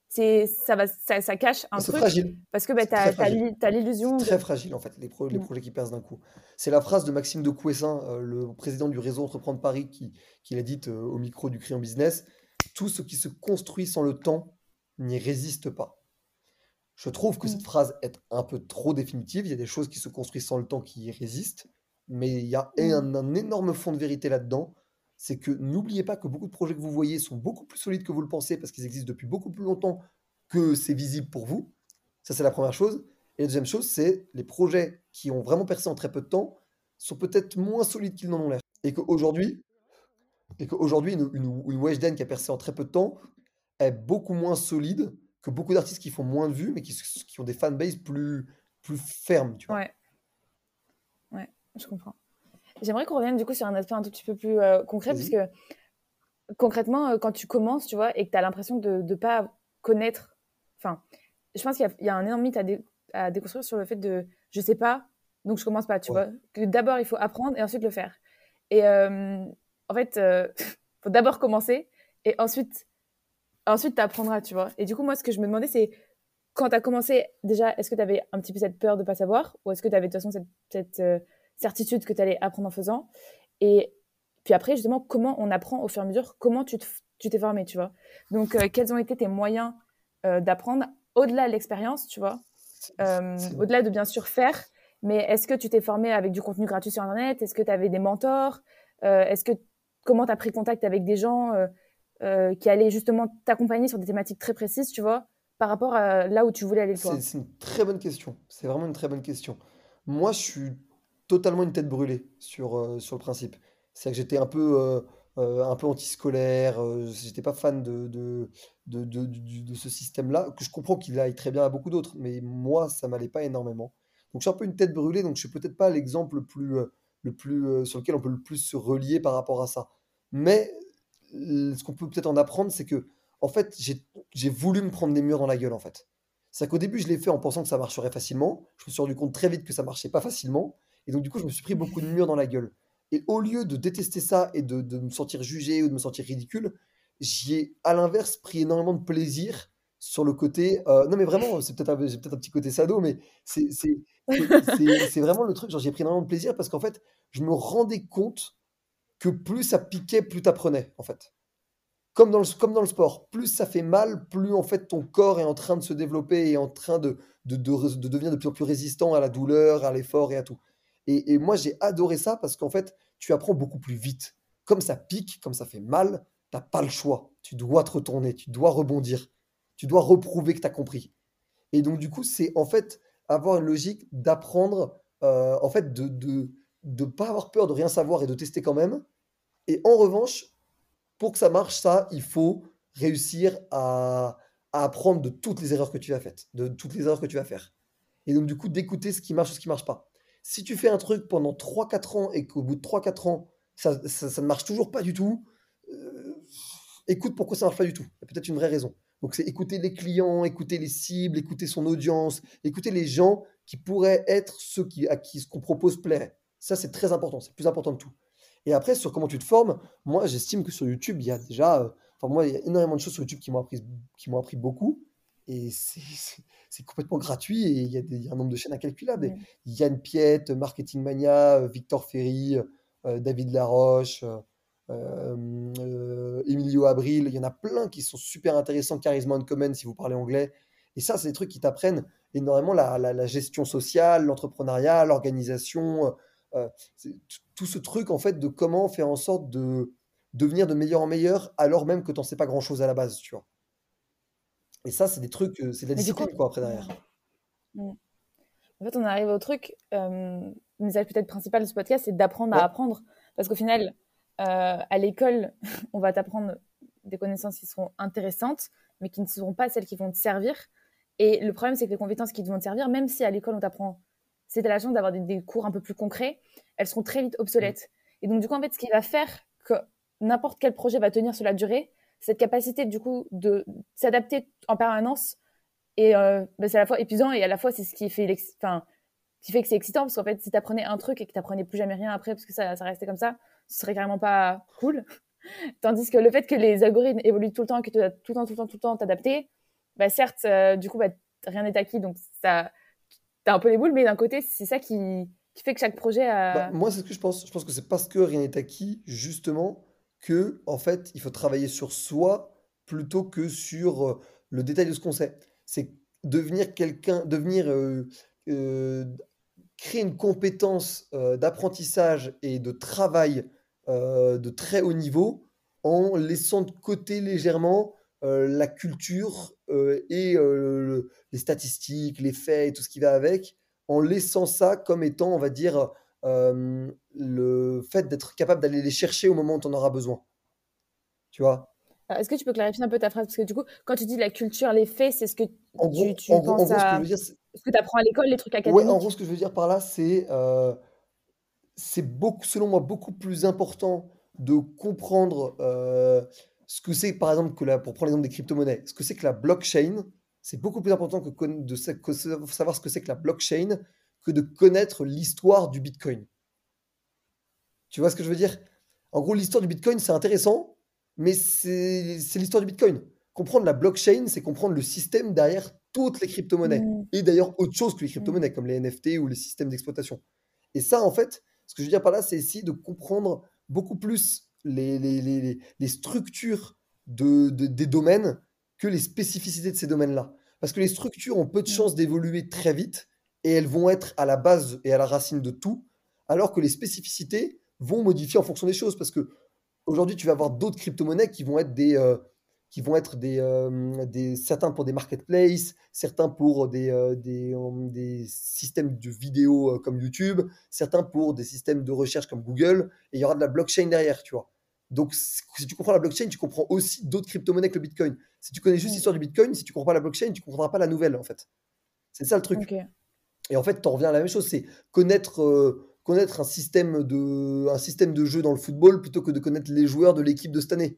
c'est, ça, va, ça, ça cache un C'est truc fragile. parce que bah, C'est tu très fragile. as l'illusion C'est de... très fragile, en fait, les, pro- les Mm. projets qui percent d'un coup. C'est la phrase de Maxime de Couessin, euh, le président du réseau Entreprendre Paris, qui, qui l'a dite euh, au micro du Crayon Business. Tout ce qui se construit sans le temps n'y résiste pas. Je trouve que cette Mm. phrase est un peu trop définitive. Il y a des choses qui se construisent sans le temps qui y résistent, mais il y a Mm. un, un énorme fond de vérité là-dedans. C'est que n'oubliez pas que beaucoup de projets que vous voyez sont beaucoup plus solides que vous le pensez parce qu'ils existent depuis beaucoup plus longtemps que c'est visible pour vous. Ça, c'est la première chose. Et la deuxième chose, c'est les projets qui ont vraiment percé en très peu de temps sont peut-être moins solides qu'ils n'en ont l'air. Et qu'aujourd'hui, et qu'aujourd'hui une, une, une Weshden qui a percé en très peu de temps est beaucoup moins solide que beaucoup d'artistes qui font moins de vues, mais qui, qui ont des fanbases plus, plus fermes, tu vois. Ouais, ouais, je comprends. J'aimerais qu'on revienne du coup sur un aspect un tout petit peu plus euh, concret, parce Vas-y. que concrètement, euh, quand tu commences, tu vois, et que tu as l'impression de ne pas connaître... Enfin, je pense qu'il y, a- il y a un énorme mythe à, dé- à déconstruire sur le fait de « je sais pas, donc je commence pas », tu Ouais. vois. Que d'abord, il faut apprendre et ensuite le faire. Et euh, en fait, il euh, faut d'abord commencer et ensuite, ensuite tu apprendras, tu vois. Et du coup, moi, ce que je me demandais, c'est quand tu as commencé, déjà, est-ce que tu avais un petit peu cette peur de pas savoir, ou est-ce que tu avais de toute façon cette, cette euh, certitude que tu allais apprendre en faisant? Et puis après, justement, comment on apprend au fur et à mesure, comment tu, te, tu t'es formé, tu vois. Donc, euh, quels ont été tes moyens euh, d'apprendre au-delà de l'expérience, tu vois, euh, C'est- au-delà de bien sûr faire, mais est-ce que tu t'es formé avec du contenu gratuit sur Internet? Est-ce que tu avais des mentors? Euh, est-ce que, comment tu as pris contact avec des gens euh, euh, qui allaient justement t'accompagner sur des thématiques très précises, tu vois, par rapport à là où tu voulais aller C'est toi? c'est une très bonne question. C'est vraiment une très bonne question. Moi, je suis totalement une tête brûlée sur, euh, sur le principe. C'est que j'étais un peu, euh, euh, un peu antiscolaire, euh, j'étais pas fan de, de, de, de- du- de ce système-là, que je comprends qu'il aille très bien à beaucoup d'autres, mais moi, ça m'allait pas énormément. Donc, je suis un peu une tête brûlée, donc je suis peut-être pas l'exemple le plus, euh, le plus, euh, sur lequel on peut le plus se relier par rapport à ça. Mais euh, ce qu'on peut peut-être en apprendre, c'est que, en fait, j'ai, j'ai voulu me prendre des murs dans la gueule, en fait. C'est qu'au début, je l'ai fait en pensant que ça marcherait facilement. Je me suis rendu compte très vite que ça marchait pas facilement. Et donc, du coup, je me suis pris beaucoup de murs dans la gueule. Et au lieu de détester ça et de, de me sentir jugé ou de me sentir ridicule, j'y ai, à l'inverse, pris énormément de plaisir sur le côté. Euh, non, mais vraiment, c'est peut-être un, j'ai peut-être un petit côté sado, mais c'est c'est- c'est- c'est- c'est vraiment le truc. Genre, j'ai pris énormément de plaisir parce qu'en fait, je me rendais compte que plus ça piquait, plus t'apprenais, en fait. Comme dans le, comme dans le sport, plus ça fait mal, plus en fait ton corps est en train de se développer et en train de, de, de- de devenir de plus en plus résistant à la douleur, à l'effort et à tout. Et, et moi j'ai adoré ça parce qu'en fait tu apprends beaucoup plus vite. Comme ça pique, comme ça fait mal, t'as pas le choix. Tu dois te retourner, tu dois rebondir, tu dois reprouver que tu as compris. Et donc du coup c'est en fait avoir une logique d'apprendre, euh, en fait de, de, de pas avoir peur de rien savoir et de tester quand même. Et en revanche, pour que ça marche, ça, il faut réussir à, à apprendre de toutes les erreurs que tu as faites, de toutes les erreurs que tu vas faire. Et donc, du coup, d'écouter ce qui marche ou ce qui ne marche pas. Si tu fais un truc pendant trois quatre ans et qu'au bout de trois quatre ans, ça, ça, ça ne marche toujours pas du tout, euh, écoute pourquoi ça ne marche pas du tout. Il y a peut-être une vraie raison. Donc, c'est écouter les clients, écouter les cibles, écouter son audience, écouter les gens qui pourraient être ceux qui, à qui ce qu'on propose plairait. Ça, c'est très important. C'est le plus important de tout. Et après, sur comment tu te formes, moi, j'estime que sur YouTube, il y a déjà. euh, Enfin, moi, il y a énormément de choses sur YouTube qui m'ont appris, qui m'ont appris beaucoup. Et c'est c'est- c'est complètement gratuit et il y a, des- il y a un nombre de chaînes incalculable. Et Mm. Yann Piette, Marketing Mania, euh, Victor Ferry, euh, David Laroche, euh, euh, euh, Emilio Abril. Il y en a plein qui sont super intéressants. Charisma Uncommon, si vous parlez anglais. Et ça, c'est des trucs qui t'apprennent énormément la, la- la gestion sociale, l'entrepreneuriat, l'organisation. euh, c'est t- tout ce truc, en fait, de comment faire en sorte de devenir de meilleur en meilleur alors même que tu n'en sais pas grand-chose à la base, tu vois. Et ça, c'est des trucs, euh, c'est de la Mais du coup, discipline, quoi, après, mm, derrière. mm. En fait, on arrive au truc, euh, le message peut-être principal de ce podcast, c'est d'apprendre à Ouais, apprendre. Parce qu'au final, euh, à l'école, on va t'apprendre des connaissances qui seront intéressantes, mais qui ne seront pas celles qui vont te servir. Et le problème, c'est que les compétences qui vont te servir, même si à l'école, on t'apprend, si tu as la chance d'avoir des, des cours un peu plus concrets, elles seront très vite mm, obsolètes. Et donc, du coup, en fait, ce qui va faire que n'importe quel projet va tenir sur la durée, c'est cette capacité, du coup, de s'adapter en permanence. Et euh, bah, c'est à la fois épuisant et à la fois, c'est ce qui fait, l'ex- enfin, qui fait que c'est excitant. Parce qu'en fait, si tu apprenais un truc et que tu n'apprenais plus jamais rien après, parce que ça, ça restait comme ça, ce serait carrément pas cool. Tandis que le fait que les algorithmes évoluent tout le temps, que tu dois tout le temps, tout le temps, tout le temps t'adapter, bah, certes, euh, du coup, bah, rien n'est acquis, donc ça, t'as un peu les boules, mais d'un côté, c'est ça qui, qui fait que chaque projet Bah, a. moi, c'est ce que je pense. Je pense que c'est parce que rien n'est acquis, justement, que, en fait, il faut travailler sur soi plutôt que sur euh, le détail de ce qu'on sait. C'est devenir quelqu'un, devenir, euh, euh, créer une compétence euh, d'apprentissage et de travail euh, de très haut niveau en laissant de côté légèrement euh, la culture euh, et euh, le- les statistiques, les faits et tout ce qui va avec, en laissant ça comme étant, on va dire, euh, le fait d'être capable d'aller les chercher au moment où on en aura besoin. Tu vois? Alors, est-ce que tu peux clarifier un peu ta phrase? Parce que du coup, quand tu dis la culture, les faits, c'est ce que En tu, gros, en tu gros, en penses gros, ce que je à veux dire, c'est, ce que tu apprends à l'école, les trucs ouais, en gros, académiques? ce que je veux dire par là, c'est euh, c'est beaucoup, selon moi, beaucoup plus important de comprendre euh, ce que c'est, par exemple, que la, pour prendre l'exemple des crypto-monnaies, ce que c'est que la blockchain. C'est beaucoup plus important que, conna- de sa- que sa- savoir ce que c'est que la blockchain que de connaître l'histoire du Bitcoin. Tu vois ce que je veux dire? En gros, l'histoire du Bitcoin, c'est intéressant, mais c'est c'est l'histoire du Bitcoin. Comprendre la blockchain, c'est comprendre le système derrière toutes les crypto-monnaies. Mm, Et d'ailleurs, autre chose que les mm, crypto-monnaies, comme les N F T ou les systèmes d'exploitation. Et ça, en fait, ce que je veux dire par là, c'est essayer de comprendre beaucoup plus les, les, les, les- les structures de, de- des domaines que les spécificités de ces domaines-là. Parce que les structures ont peu de mm, chances d'évoluer très vite et elles vont être à la base et à la racine de tout, alors que les spécificités vont modifier en fonction des choses. Parce que aujourd'hui, tu vas avoir d'autres crypto-monnaies qui vont être des, euh, qui vont être des, euh, des, certains pour des marketplaces, certains pour des, euh, des, euh, des systèmes de vidéo euh, comme YouTube, certains pour des systèmes de recherche comme Google, et il y aura de la blockchain derrière, tu vois. Donc, si tu comprends la blockchain, tu comprends aussi d'autres crypto-monnaies que le Bitcoin. Si tu connais juste mm. l'histoire du Bitcoin, si tu comprends pas la blockchain, tu comprendras pas la nouvelle, en fait. C'est ça le truc. Ok. Et en fait, tu en reviens à la même chose, c'est connaître, euh, connaître un système de, un système de jeu dans le football plutôt que de connaître les joueurs de l'équipe de cette année.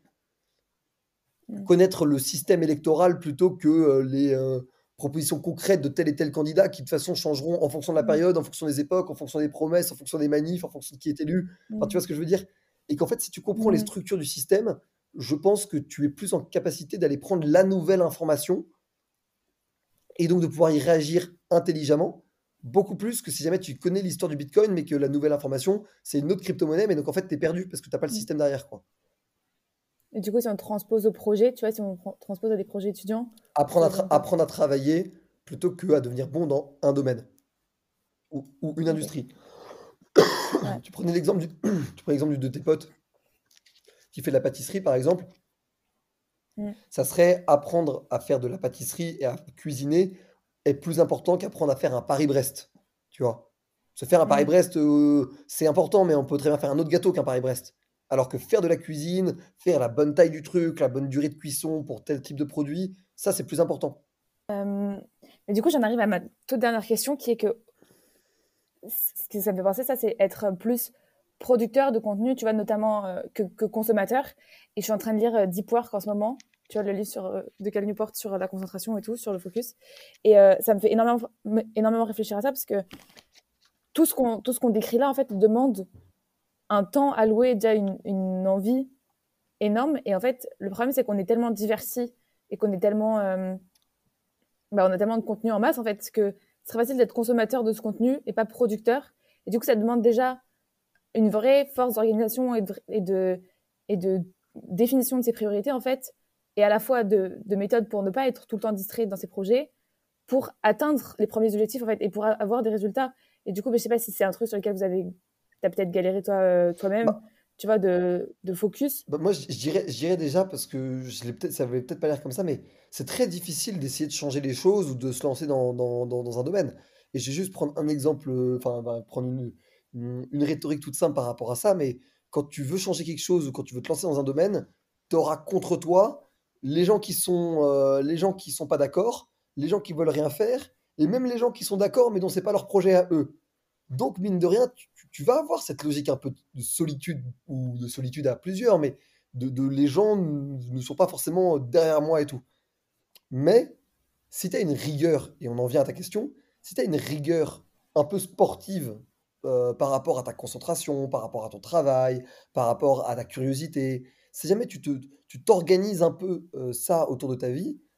Mm, Connaître le système électoral plutôt que euh, les euh, propositions concrètes de tel et tel candidat qui de toute façon changeront en fonction de la mm, période, en fonction des époques, en fonction des promesses, en fonction des manifs, en fonction de qui est élu. Enfin, tu vois mm, ce que je veux dire? Et qu'en fait, si tu comprends les mm. structures du système, je pense que tu es plus en capacité d'aller prendre la nouvelle information et donc de pouvoir y réagir intelligemment, beaucoup plus que si jamais tu connais l'histoire du Bitcoin, mais que la nouvelle information, c'est une autre crypto-monnaie, mais donc en fait, tu es perdu parce que tu n'as pas le Mm. système derrière, quoi. Et du coup, si on transpose au projet, tu vois, si on pr- transpose à des projets étudiants, Apprendre ça à, tra- donne quoi? apprendre à travailler plutôt que à devenir bon dans un domaine ou, ou une Ok. industrie. Ouais. Tu prenais l'exemple du, tu prenais l'exemple de tes potes qui fait de la pâtisserie, par exemple. Mm, Ça serait apprendre à faire de la pâtisserie et à cuisiner est plus important qu'apprendre à faire un Paris-Brest. Tu vois? Se faire un mm. Paris-Brest, euh, c'est important, mais on peut très bien faire un autre gâteau qu'un Paris-Brest. Alors que faire de la cuisine, faire la bonne taille du truc, la bonne durée de cuisson pour tel type de produit, ça c'est plus important. Euh, mais du coup, j'en arrive à ma toute dernière question qui est que ce que ça me fait penser, ça, c'est être plus producteur de contenu, tu vois, notamment euh, que, que consommateur. Et je suis en train de lire euh, Deep Work en ce moment, tu vois, le livre sur, euh, de Cal Newport sur la concentration et tout, sur le focus. Et euh, ça me fait énormément, énormément réfléchir à ça parce que tout ce qu'on tout ce qu'on décrit là, en fait, demande un temps alloué, déjà une, une envie énorme. Et en fait, le problème, c'est qu'on est tellement diversi et qu'on est tellement, euh, bah, on a tellement de contenu en masse, en fait, que ce serait facile d'être consommateur de ce contenu et pas producteur. Et du coup, ça demande déjà une vraie force d'organisation et de, et de, et de définition de ses priorités, en fait, et à la fois de, de méthode pour ne pas être tout le temps distrait dans ses projets, pour atteindre les premiers objectifs, en fait, et pour avoir des résultats. Et du coup, bah, je sais pas si c'est un truc sur lequel vous avez, t'as peut-être galéré toi, euh, toi-même, Bah, tu vois, de, de focus. bah, moi, je je dirais, je dirais déjà, parce que je l'ai peut-être, ça ne peut-être pas l'air comme ça, mais c'est très difficile d'essayer de changer les choses ou de se lancer dans, dans, dans- dans un domaine. Et je vais juste prendre un exemple, euh, enfin, bah, prendre une, une, une rhétorique toute simple par rapport à ça, mais quand tu veux changer quelque chose ou quand tu veux te lancer dans un domaine, tu auras contre toi les gens qui sont, euh, les gens qui sont pas d'accord, les gens qui veulent rien faire, et même les gens qui sont d'accord, mais dont c'est pas leur projet à eux. Donc, mine de rien, tu, tu- tu vas avoir cette logique un peu de solitude, ou de solitude à plusieurs, mais de, de les gens n- ne sont pas forcément derrière moi et tout. Mais si tu as une rigueur, et on en vient à ta question, si tu as une rigueur un peu sportive euh, par rapport à ta concentration, par rapport à ton travail, par rapport à ta curiosité, si jamais tu te, tu t'organises un peu euh, ça autour de ta vie,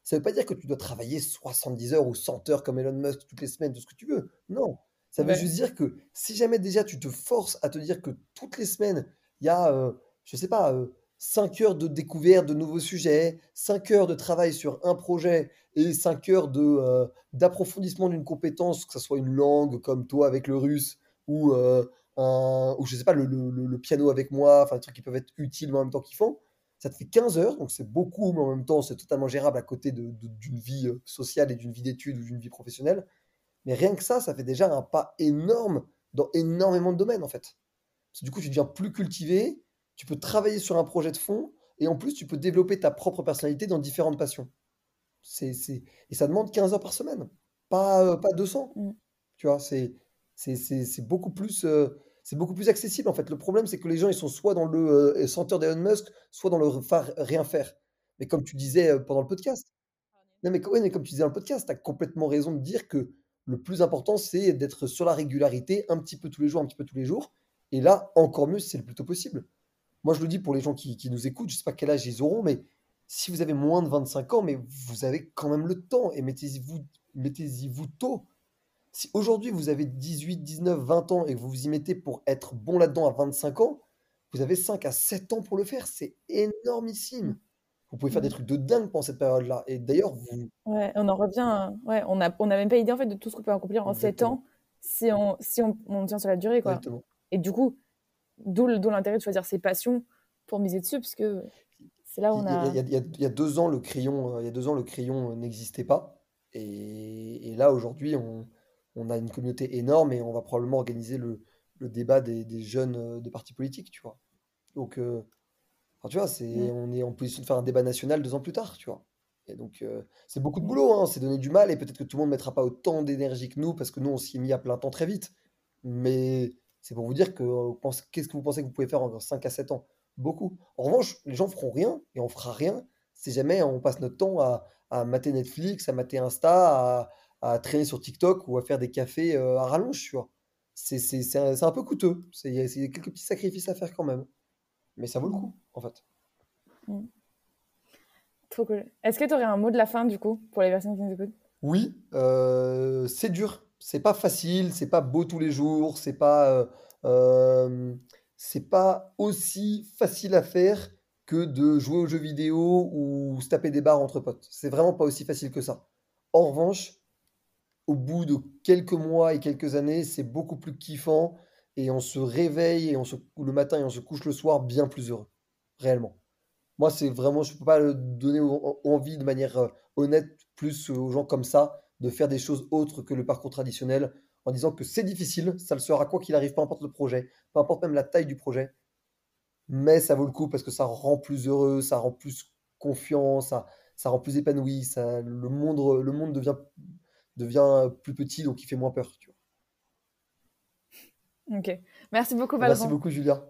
Ça veut pas dire que tu dois travailler soixante-dix heures ou cent heures comme Elon Musk toutes les semaines, tout ce que tu veux. Non, ça veut Ouais. juste dire que si jamais déjà tu te forces à te dire que toutes les semaines, il y a, heu, je sais pas, heu, cinq heures de découverte de nouveaux sujets, cinq heures de travail sur un projet et cinq heures de, heu, d'approfondissement d'une compétence, que ça soit une langue comme toi avec le russe ou, heu, un ou je sais pas le le le le piano avec moi, enfin des trucs qui peuvent être utiles mais en même temps kiffants. Ça te fait quinze heures, donc c'est beaucoup, mais en même temps, c'est totalement gérable à côté de de d'une vie, heu, sociale et d'une vie d'études ou d'une vie professionnelle. Mais rien que ça, ça fait déjà un pas énorme dans énormément de domaines, en fait. Parce que du coup, tu deviens plus cultivé, tu peux travailler sur un projet de fond et en plus, tu peux développer ta propre personnalité dans différentes passions. C'est c'est et ça demande quinze heures par semaine, pas, heu, pas deux cents, Mmh. tu vois? C'est c'est c'est c'est beaucoup plus, heu, c'est beaucoup plus accessible, en fait. Le problème, c'est que les gens, ils sont soit dans le, heu, cent heures d'Elon Musk, soit dans le r faire rien faire. Mais comme tu disais, heu, pendant le podcast non, mais co ouais, mais comme tu disais dans le podcast, tu as complètement raison de dire que le plus important, c'est d'être sur la régularité, un petit peu tous les jours, un petit peu tous les jours et là, encore mieux si c'est le plus tôt possible. Moi, je le dis pour les gens qui qui nous écoutent, je sais pas quel âge ils auront, mais si vous avez moins de vingt-cinq ans, mais vous avez quand même le temps et mettez-y vous mettez-y vous tôt. Si aujourd'hui vous avez dix-huit, dix-neuf, vingt ans et que vous vous y mettez pour être bon là-dedans à vingt-cinq ans, vous avez cinq à sept ans pour le faire, c'est Mmh. énormissime. Vous pouvez faire des Mmh. trucs de dingue pendant cette période-là et d'ailleurs vous Ouais, on en revient à ouais, on a on n'a même pas idée, en fait, de tout ce qu'on peut accomplir en sept exactement, ans si on si on on tient sur la durée, quoi. exactement. Et du coup, d'où l d'où l'intérêt de choisir ses passions pour miser dessus parce que c'est là où Il on y a il a y a il y a il y a deux ans, le crayon, heu, il y a deux ans, le crayon, heu, n'existait pas et et là, aujourd'hui, on on a une communauté énorme et on va probablement organiser le le débat des des jeunes, heu, des partis politiques, tu vois? Donc heu, enfin, tu vois, mmh, c'est on est en position de faire un débat national deux ans plus tard, tu vois? Et donc heu, c'est beaucoup de mmh, boulot, hein, c'est donner du mal et peut-être que tout le monde mettra pas autant d'énergie que nous parce que nous, on s'y est mis à plein temps très vite. Mais c'est pour vous dire que, heu, pense qu'est-ce que vous pensez que vous pouvez faire en cinq à sept ans? Beaucoup. En revanche, les gens feront rien et on fera rien si jamais on passe notre temps à à mater Netflix, à mater Insta, à à traîner sur TikTok ou à faire des cafés, heu, à rallonge, tu vois? C'est c'est c'est un c'est un peu coûteux. C'est il y a c'est quelques petits sacrifices à faire quand même, mais ça vaut le mmh, coup, en fait. mmh. Trop cool. Est-ce que tu aurais un mot de la fin, du coup, pour les personnes qui nous écoutent? Oui, heu, c'est dur, c'est pas facile, c'est pas beau tous les jours, c'est pas, heu, hem, c'est pas aussi facile à faire que de jouer aux jeux vidéo ou se taper des barres entre potes. C'est vraiment pas aussi facile que ça. En revanche, au bout de quelques mois et quelques années, c'est beaucoup plus kiffant et on se réveille et on se le matin et on se couche le soir bien plus heureux, réellement. Moi, c'est vraiment je peux pas, heu, donner en en envie de manière, heu, honnête plus, heu, aux gens comme ça, de faire des choses autres que le parcours traditionnel, en disant que c'est difficile, ça le sera quoi qu'il arrive, peu importe le projet, peu importe même la taille du projet, mais ça vaut le coup parce que ça rend plus heureux, ça rend plus confiant, ça ça rend plus épanoui, ça le monde le monde devient devient, plus petit, donc il fait moins peur, tu vois? OK. Merci beaucoup, Merci Valran. beaucoup Julia.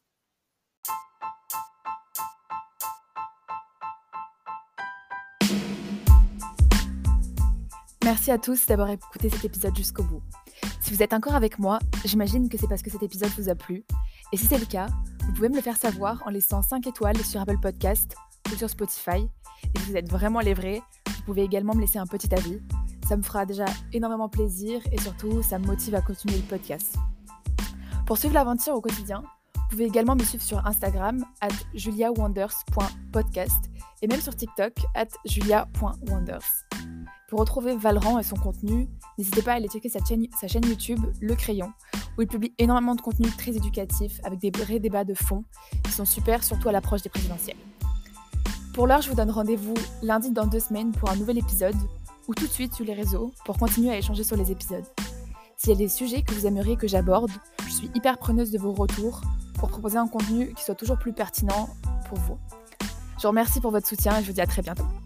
Merci à tous d'avoir écouté cet épisode jusqu'au bout. Si vous êtes encore avec moi, j'imagine que c'est parce que cet épisode vous a plu. Et si c'est le cas, vous pouvez me le faire savoir en laissant cinq étoiles sur Apple Podcast ou sur Spotify. Et si vous êtes vraiment les vrais, vous pouvez également me laisser un petit avis. Ça me fera déjà énormément plaisir et surtout, ça me motive à continuer le podcast. Pour suivre l'aventure au quotidien, vous pouvez également me suivre sur Instagram at juliawonders point podcast et même sur TikTok at julia point wonders. Pour retrouver Valran et son contenu, n'hésitez pas à aller checker sa chaîne, sa chaîne YouTube Le Crayon, où il publie énormément de contenu très éducatif avec des vrais débats de fond qui sont super, surtout à l'approche des présidentielles. Pour l'heure, je vous donne rendez-vous lundi dans deux semaines pour un nouvel épisode, ou tout de suite sur les réseaux pour continuer à échanger sur les épisodes. S'il y a des sujets que vous aimeriez que j'aborde, je suis hyper preneuse de vos retours pour proposer un contenu qui soit toujours plus pertinent pour vous. Je vous remercie pour votre soutien et je vous dis à très bientôt.